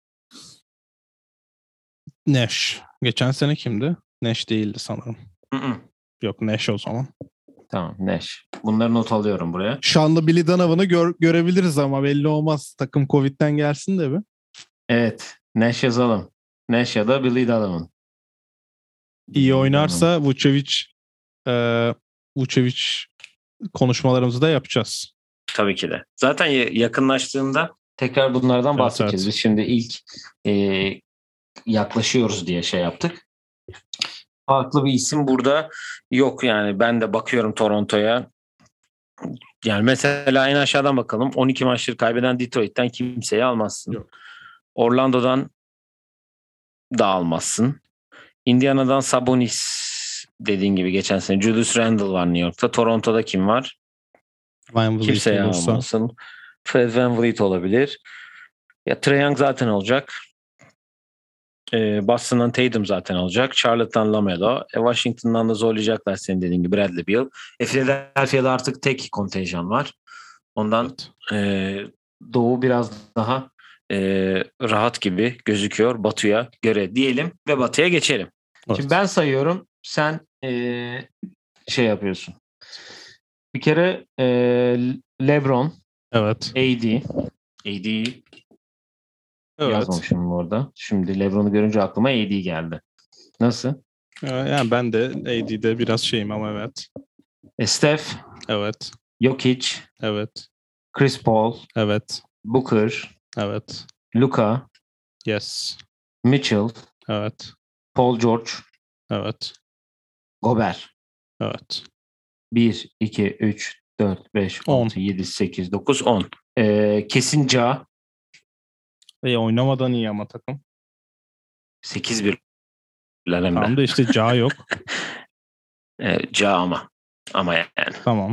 Nash. Geçen sene kimdi? Nash değildi sanırım. Hı-hı. Yok, Nash o zaman. Tamam, Nash. Bunları not alıyorum buraya. Şanlı Billy Donovan'ı gör, görebiliriz ama belli olmaz. Takım Covid'den gelsin de bir. Evet. Nash yazalım. Nash ya da Billy Donovan. İyi oynarsa Vucevic e, Vucevic konuşmalarımızı da yapacağız. Tabii ki de. Zaten yakınlaştığında tekrar bunlardan Evet, bahsedeceğiz. evet. Biz şimdi ilk e, yaklaşıyoruz diye şey yaptık. Farklı bir isim burada yok yani. Ben de bakıyorum Toronto'ya. Yani mesela en aşağıdan bakalım. on iki maçları kaybeden Detroit'ten kimseyi almazsın. Yok. Orlando'dan da almazsın. Indiana'dan Sabonis dediğin gibi geçen sene. Julius Randle var New York'ta. Toronto'da kim var? Kimseye almasın. Fred VanVleet olabilir. Ya Trae Young zaten olacak. Ee, Boston'dan Tatum zaten olacak. Charlotte'dan LaMelo. E, Washington'dan da zorlayacaklar senin dediğin gibi Bradley Beal. E, Philadelphia'da artık tek kontenjan var. Ondan evet. e, Doğu biraz daha e, rahat gibi gözüküyor Batı'ya göre diyelim ve Batı'ya geçelim. Evet. Şimdi ben sayıyorum. Sen e, şey yapıyorsun. Bir kere e, LeBron. Evet. A D. A D evet. yazmamışım orada. Şimdi LeBron'u görünce aklıma A D geldi. Nasıl? Yani ben de A D'de biraz şeyim ama evet. E, Steph. Evet. Jokic. Evet. Chris Paul. Evet. Booker. Evet. Luka. Yes. Mitchell. Evet. Paul George. Evet. Gobert. Evet. bir, iki, üç, dört, beş, altı, yedi, sekiz, dokuz, on. Ee, kesin Ca. E, oynamadan iyi ama takım. sekiz bir. Tamam da işte Ca yok. evet, Ca ama. Ama yani. Tamam.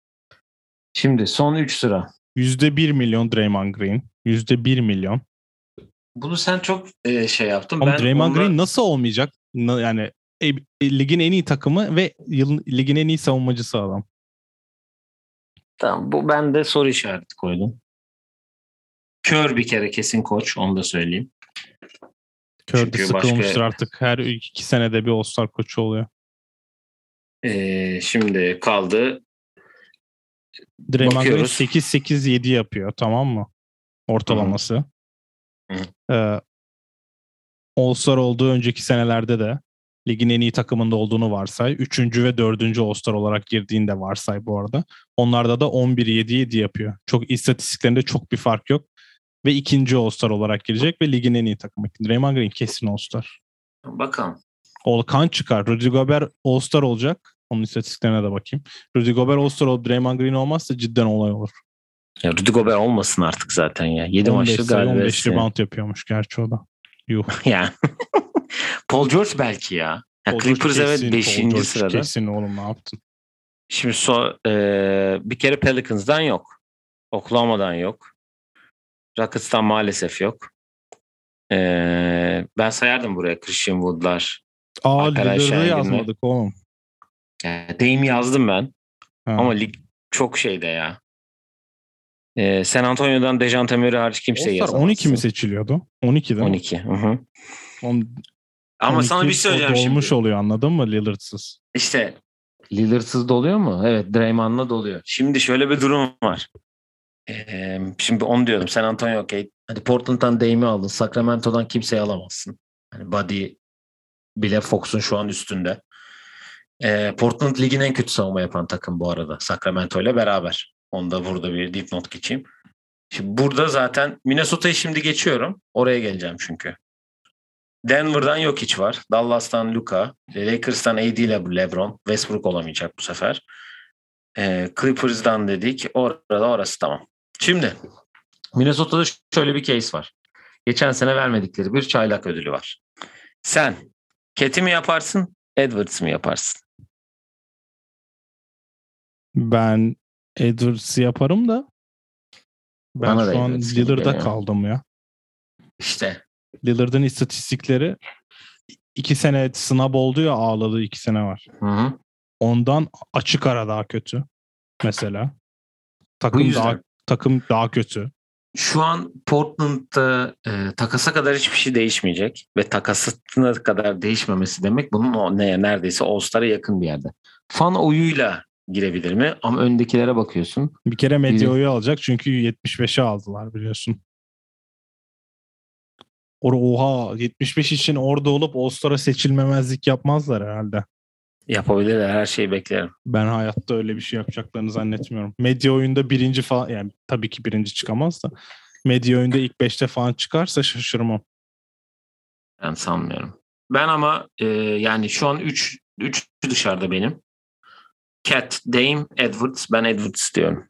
Şimdi son üç sıra. yüzde bir milyon Draymond Green. yüzde bir milyon. Bunu sen çok e, şey yaptın. Ama ben Draymond onda... Green nasıl olmayacak? Yani e, e, ligin en iyi takımı ve yılın, ligin en iyi savunmacısı adam. Tamam, bu ben de soru işareti koydum. Kör bir kere kesin koç, onu da söyleyeyim. Kör de Çünkü sıkılmıştır başka artık. Her iki senede bir All-Star koçu oluyor. e, şimdi kaldı. Draymond Green Bakıyoruz. sekiz sekiz yedi yapıyor, tamam mı? Ortalaması. Hı hı. Ee, All-Star olduğu önceki senelerde de ligin en iyi takımında olduğunu varsay. Üçüncü ve dördüncü All-Star olarak girdiğinde varsay bu arada. Onlarda da on bir yedi yedi yapıyor. Çok istatistiklerinde çok bir fark yok. Ve ikinci All-Star olarak girecek ve ligin en iyi takımı. Draymond Green kesin All-Star. Bakalım. Olkan çıkar. Rudy Gobert All-Star olacak. Onun istatistiklerine de bakayım. Rudy Gobert All-Star olup Draymond Green olmazsa cidden olay olur. Ya Rudy Gobert olmasın artık zaten ya. yedi on beş maçlı sayı on beş galibiyesi. rebound yapıyormuş gerçi o da. Yuh. Yani. Paul George belki ya. ya Paul Clippers George evet kesin, beşinci Paul George sırada. kesin oğlum, ne yaptın? Şimdi so, e, bir kere Pelicans'dan yok. Oklahoma'dan yok. Rockets'tan maalesef yok. E, ben sayardım buraya Christian Wood'lar. Aa, Alperen Lillard'ı Şengün'ler. yazmadık oğlum. E, Dame yazdım ben. Ha. Ama lig çok şeyde ya. E, San Antonio'dan Dejounte Murray hariç kimseyi All-Star yazamazsın. on iki mi seçiliyordu? on iki değil mi? on iki. Hı hı. On, Ama on iki sana bir şey söyleyeceğim o dolmuş şimdi. oluyor, anladın mı, Lillard'sız? İşte Lillard'sız doluyor mu? Evet, Draymond'la doluyor. Şimdi şöyle bir durum var. Ee, şimdi onu diyordum. San Antonio okey. Hadi Portland'dan Dame'i aldın. Sacramento'dan kimseyi alamazsın. Hani Buddy bile Fox'un şu an üstünde. Ee, Portland ligin en kötü savunma yapan takım bu arada. Sacramento ile beraber. Onu da burada bir dipnot geçeyim. Şimdi burada zaten Minnesota'yı şimdi geçiyorum. Oraya geleceğim çünkü. Denver'dan Jokic var. Dallas'tan Luka. Lakers'tan A D ile LeBron. Westbrook olamayacak bu sefer. Ee, Clippers'dan dedik. Orada orası tamam. Şimdi Minnesota'da şöyle bir case var. Geçen sene vermedikleri bir çaylak ödülü var. Sen Cat'i mi yaparsın, Edwards mı yaparsın? Ben Edwards'ı yaparım da ben Bana da şu an Edwards gibi Lillard'a geliyor. kaldım ya. İşte. Lillard'ın istatistikleri iki sene snub oldu ya, ağladığı iki sene var. Hı hı. Ondan açık ara daha kötü mesela. Takım daha takım daha kötü. Şu an Portland'da e, takasa kadar hiçbir şey değişmeyecek ve takasına kadar değişmemesi demek bunun o ne neredeyse All-Star'a yakın bir yerde. Fan oyuyla girebilir mi? Ama öndekilere bakıyorsun. Bir kere medya oyu alacak çünkü yetmiş beşe aldılar biliyorsun. Oha, yetmiş beş için orada olup All-Star'a seçilmemezlik yapmazlar herhalde. Yapabilirler, her şeyi beklerim. Ben hayatta öyle bir şey yapacaklarını zannetmiyorum. Medya oyunda birinci falan, yani tabii ki birinci çıkamaz da medya oyunda ilk beşte falan çıkarsa şaşırmam. Ben sanmıyorum. Ben ama e, yani şu an üç üç dışarıda benim. Cat, Dame, Edwards. Ben Edwards diyorum.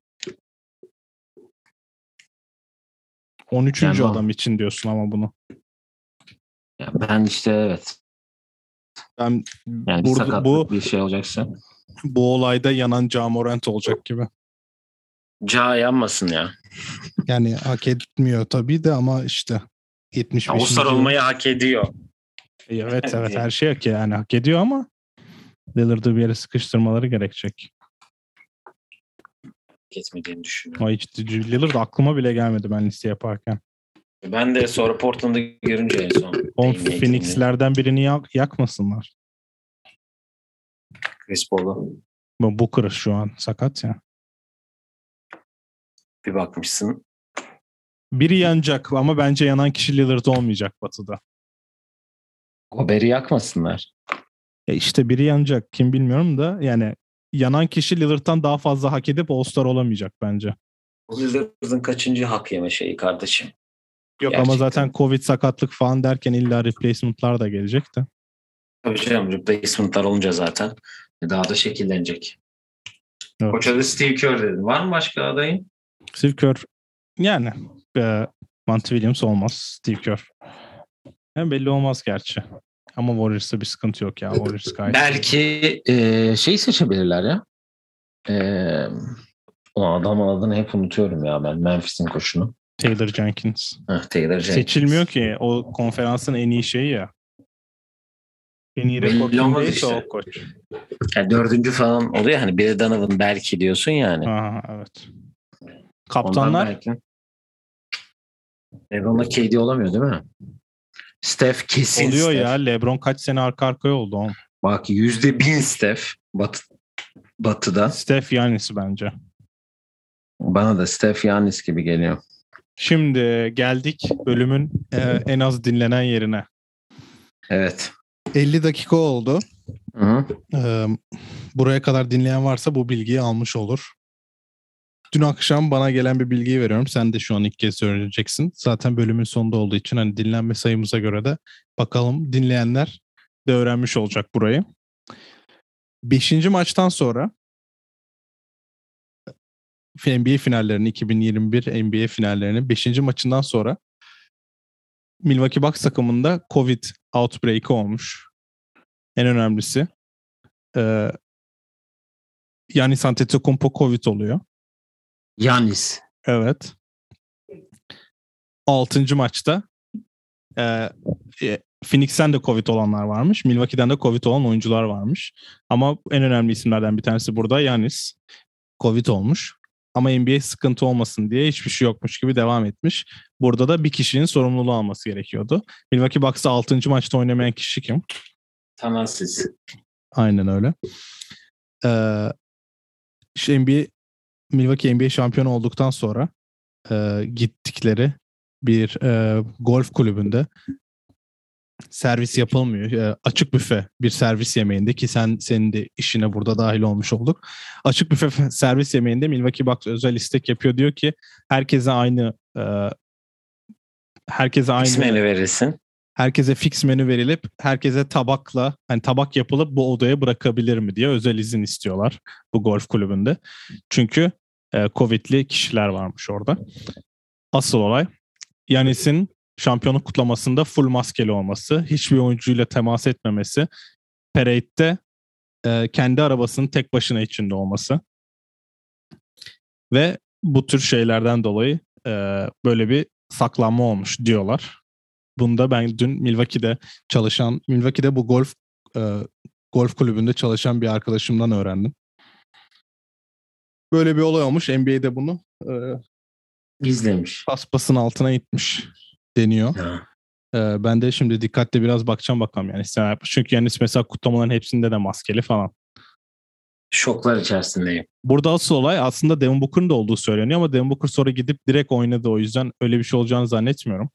on üçüncü Yani adam için diyorsun ama bunu. Ya ben işte evet. Ben Yani bir burada, sakatlık bu bir şey olacaksa. Bu olayda yanan Ja Morant olacak gibi. Ca yanmasın ya. Yani hak etmiyor tabii de ama işte yetmiş beşinci All-Star olmayı hak ediyor. Evet evet, her şey hak, yani hak ediyor ama Lillard'ı bir yere sıkıştırmaları gerekecek. Hak etmediğini düşünüyorum. Ama hiç Lillard aklıma bile gelmedi ben liste yaparken. Ben de sonra Portland'ı görünce en son. O Phoenix'lerden birini yak, yakmasınlar. Chris Paul'u. Booker şu an sakat ya. Bir bakmışsın. Biri yanacak ama bence yanan kişi Lillard olmayacak Batı'da. Gobert'i yakmasınlar. E işte biri yanacak, kim bilmiyorum da yani yanan kişi Lillard'dan daha fazla hak edip All-Star olamayacak bence. Lillard'ın kaçıncı hak yeme şeyi kardeşim? Yok Gerçekten. ama zaten Covid, sakatlık falan derken illa replacement'lar da gelecek de. Tabii canım, replacement'lar olunca zaten daha da şekillenecek. Evet. Koça da Steve Kerr dedin. Var mı başka adayın? Steve Kerr yani e, Monty Williams olmaz. Steve Kerr. Hem belli olmaz gerçi. Ama Warriors'ta bir sıkıntı yok ya. Warriors gayet. Belki e, şey seçebilirler ya. E, o adamın adını hep unutuyorum ya ben. Memphis'in koşunu. Taylor Jenkins. Heh, Taylor Jenkins. Seçilmiyor ki. O konferansın en iyi şeyi ya. En iyi rekor kimdeyse işte. O koç. Yani dördüncü falan oluyor. Hani Billy Donovan belki diyorsun yani. Aha, evet. Kaptanlar? Belki. LeBron'la K D olamıyor değil mi? Steph kesin oluyor Steph. ya. LeBron kaç sene arka arkaya oldu oğlum. Bak yüzde bin Steph. Bat, batı'da. Steph Giannis bence. Bana da Steph Giannis gibi geliyor. Şimdi geldik bölümün e, en az dinlenen yerine. Evet. elli dakika oldu. Hı-hı. Ee, buraya kadar dinleyen varsa bu bilgiyi almış olur. Dün akşam bana gelen bir bilgiyi veriyorum. Sen de şu an ilk kez söyleyeceksin. Zaten bölümün sonunda olduğu için hani dinlenme sayımıza göre de bakalım dinleyenler de öğrenmiş olacak burayı. Beşinci maçtan sonra N B A finallerinin iki bin yirmi bir N B A finallerinin beşinci maçından sonra Milwaukee Bucks takımında Covid outbreak'i olmuş. En önemlisi e, Giannis Antetokounmpo Covid oluyor. Giannis. Evet. Altıncı maçta e, Phoenix'ten de Covid olanlar varmış. Milwaukee'den de Covid olan oyuncular varmış. Ama en önemli isimlerden bir tanesi burada Giannis. Covid olmuş. Ama N B A sıkıntı olmasın diye hiçbir şey yokmuş gibi devam etmiş. Burada da bir kişinin sorumluluğu alması gerekiyordu. Milwaukee Bucks'ta altıncı maçta oynamayan kişi kim? Thanasis. Aynen öyle. Ee, işte N B A, Milwaukee N B A şampiyonu olduktan sonra e, gittikleri bir e, golf kulübünde servis yapılmıyor. E, açık büfe bir servis yemeğinde ki sen senin de işine burada dahil olmuş olduk. Açık büfe servis yemeğinde Milwaukee Bucks özel istek yapıyor. Diyor ki herkese aynı e, herkese aynı fix menü verilsin. Herkese fix menü verilip herkese tabakla hani tabak yapılıp bu odaya bırakabilir mi diye özel izin istiyorlar bu golf kulübünde. Çünkü e, Covid'li kişiler varmış orada. Asıl olay Giannis'in şampiyonluk kutlamasında full maskeli olması, hiçbir oyuncuyla temas etmemesi, parade'de e, kendi arabasının tek başına içinde olması ve bu tür şeylerden dolayı e, böyle bir saklanma olmuş diyorlar. Bunda ben dün Milwaukee'de çalışan, Milwaukee'de bu golf e, golf kulübünde çalışan bir arkadaşımdan öğrendim. Böyle bir olay olmuş. N B A'de bunu e, gizlemiş. paspasın altına itmiş deniyor. E, ben de şimdi dikkatle biraz bakacağım bakalım yani. Çünkü yani mesela kutlamaların hepsinde de maskeli falan. Şoklar içerisindeyim. Burada asıl olay aslında Devin Booker'ın da olduğu söyleniyor ama Devin Booker sonra gidip direkt oynadı. O yüzden öyle bir şey olacağını zannetmiyorum.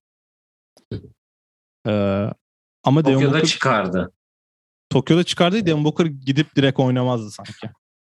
Ee, ama Tokyo'da Devin Booker çıkardı. Tokyo'da çıkardı. Devin Booker gidip direkt oynamazdı sanki.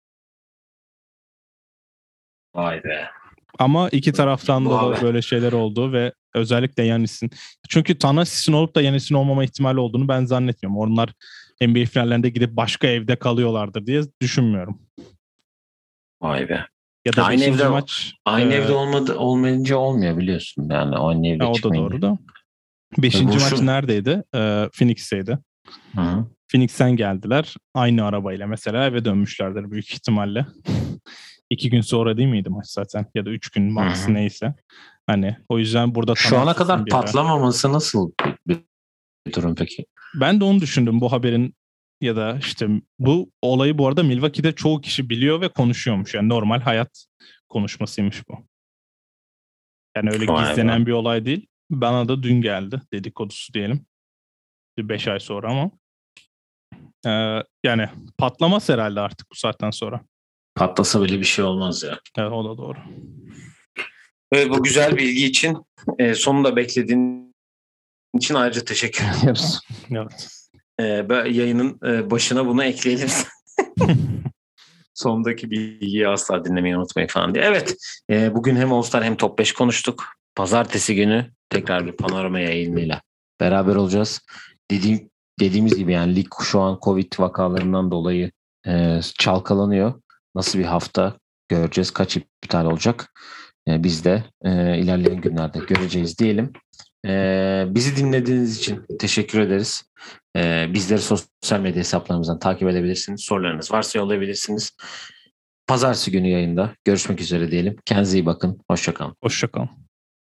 Vay be. Ama iki taraftan da Vay böyle şeyler oldu ve özellikle Giannis'in. Çünkü Thanasis'in olup da Giannis'in olmama ihtimali olduğunu ben zannetmiyorum. Onlar N B A finallerinde gidip başka evde kalıyorlardır diye düşünmüyorum. Vay be. Ya da aynı evde maç aynı e, evde olmadı olmayınca olmuyor biliyorsun. Yani aynı evde ya, o da çıkmayınca. doğru da. Beşinci Boşu... maç neredeydi? E, Phoenix'teydi. Hı-hı. Phoenix'ten geldiler. Aynı arabayla mesela eve dönmüşlerdir büyük ihtimalle. İki gün sonra değil miydi maç zaten? Ya da üç gün max neyse. Hani o yüzden burada şu ana kadar patlamaması nasıl bir durum peki? Ben de onu düşündüm bu haberin ya da işte bu olayı bu arada Milwaukee'de çoğu kişi biliyor ve konuşuyormuş. Yani normal hayat konuşmasıymış bu. Yani öyle Vay gizlenen be. bir olay değil. Bana da dün geldi dedikodusu diyelim. Beş ay sonra ama. Ee, yani patlamaz herhalde artık bu saatten sonra. Patlasa bile bir şey olmaz ya. Evet, o da doğru. Ve bu güzel bilgi için e, sonunda beklediğin için ayrıca teşekkür ediyoruz. Evet. E, yayının e, başına bunu ekleyelim. Sondaki bilgiyi asla dinlemeyi unutmayın falan diye. Evet, e, bugün hem All-Star hem Top beş konuştuk. Pazartesi günü tekrar bir panorama yayınıyla beraber olacağız. Dediğim, dediğimiz gibi yani lig şu an Covid vakalarından dolayı e, çalkalanıyor. Nasıl bir hafta göreceğiz, kaç iptal olacak? E, biz de e, ilerleyen günlerde göreceğiz diyelim. E, bizi dinlediğiniz için teşekkür ederiz. E, bizleri sosyal medya hesaplarımızdan takip edebilirsiniz. Sorularınız varsa yollayabilirsiniz. Pazartesi günü yayında görüşmek üzere diyelim. Kendinize iyi bakın. Hoşça kalın. Hoşça kalın.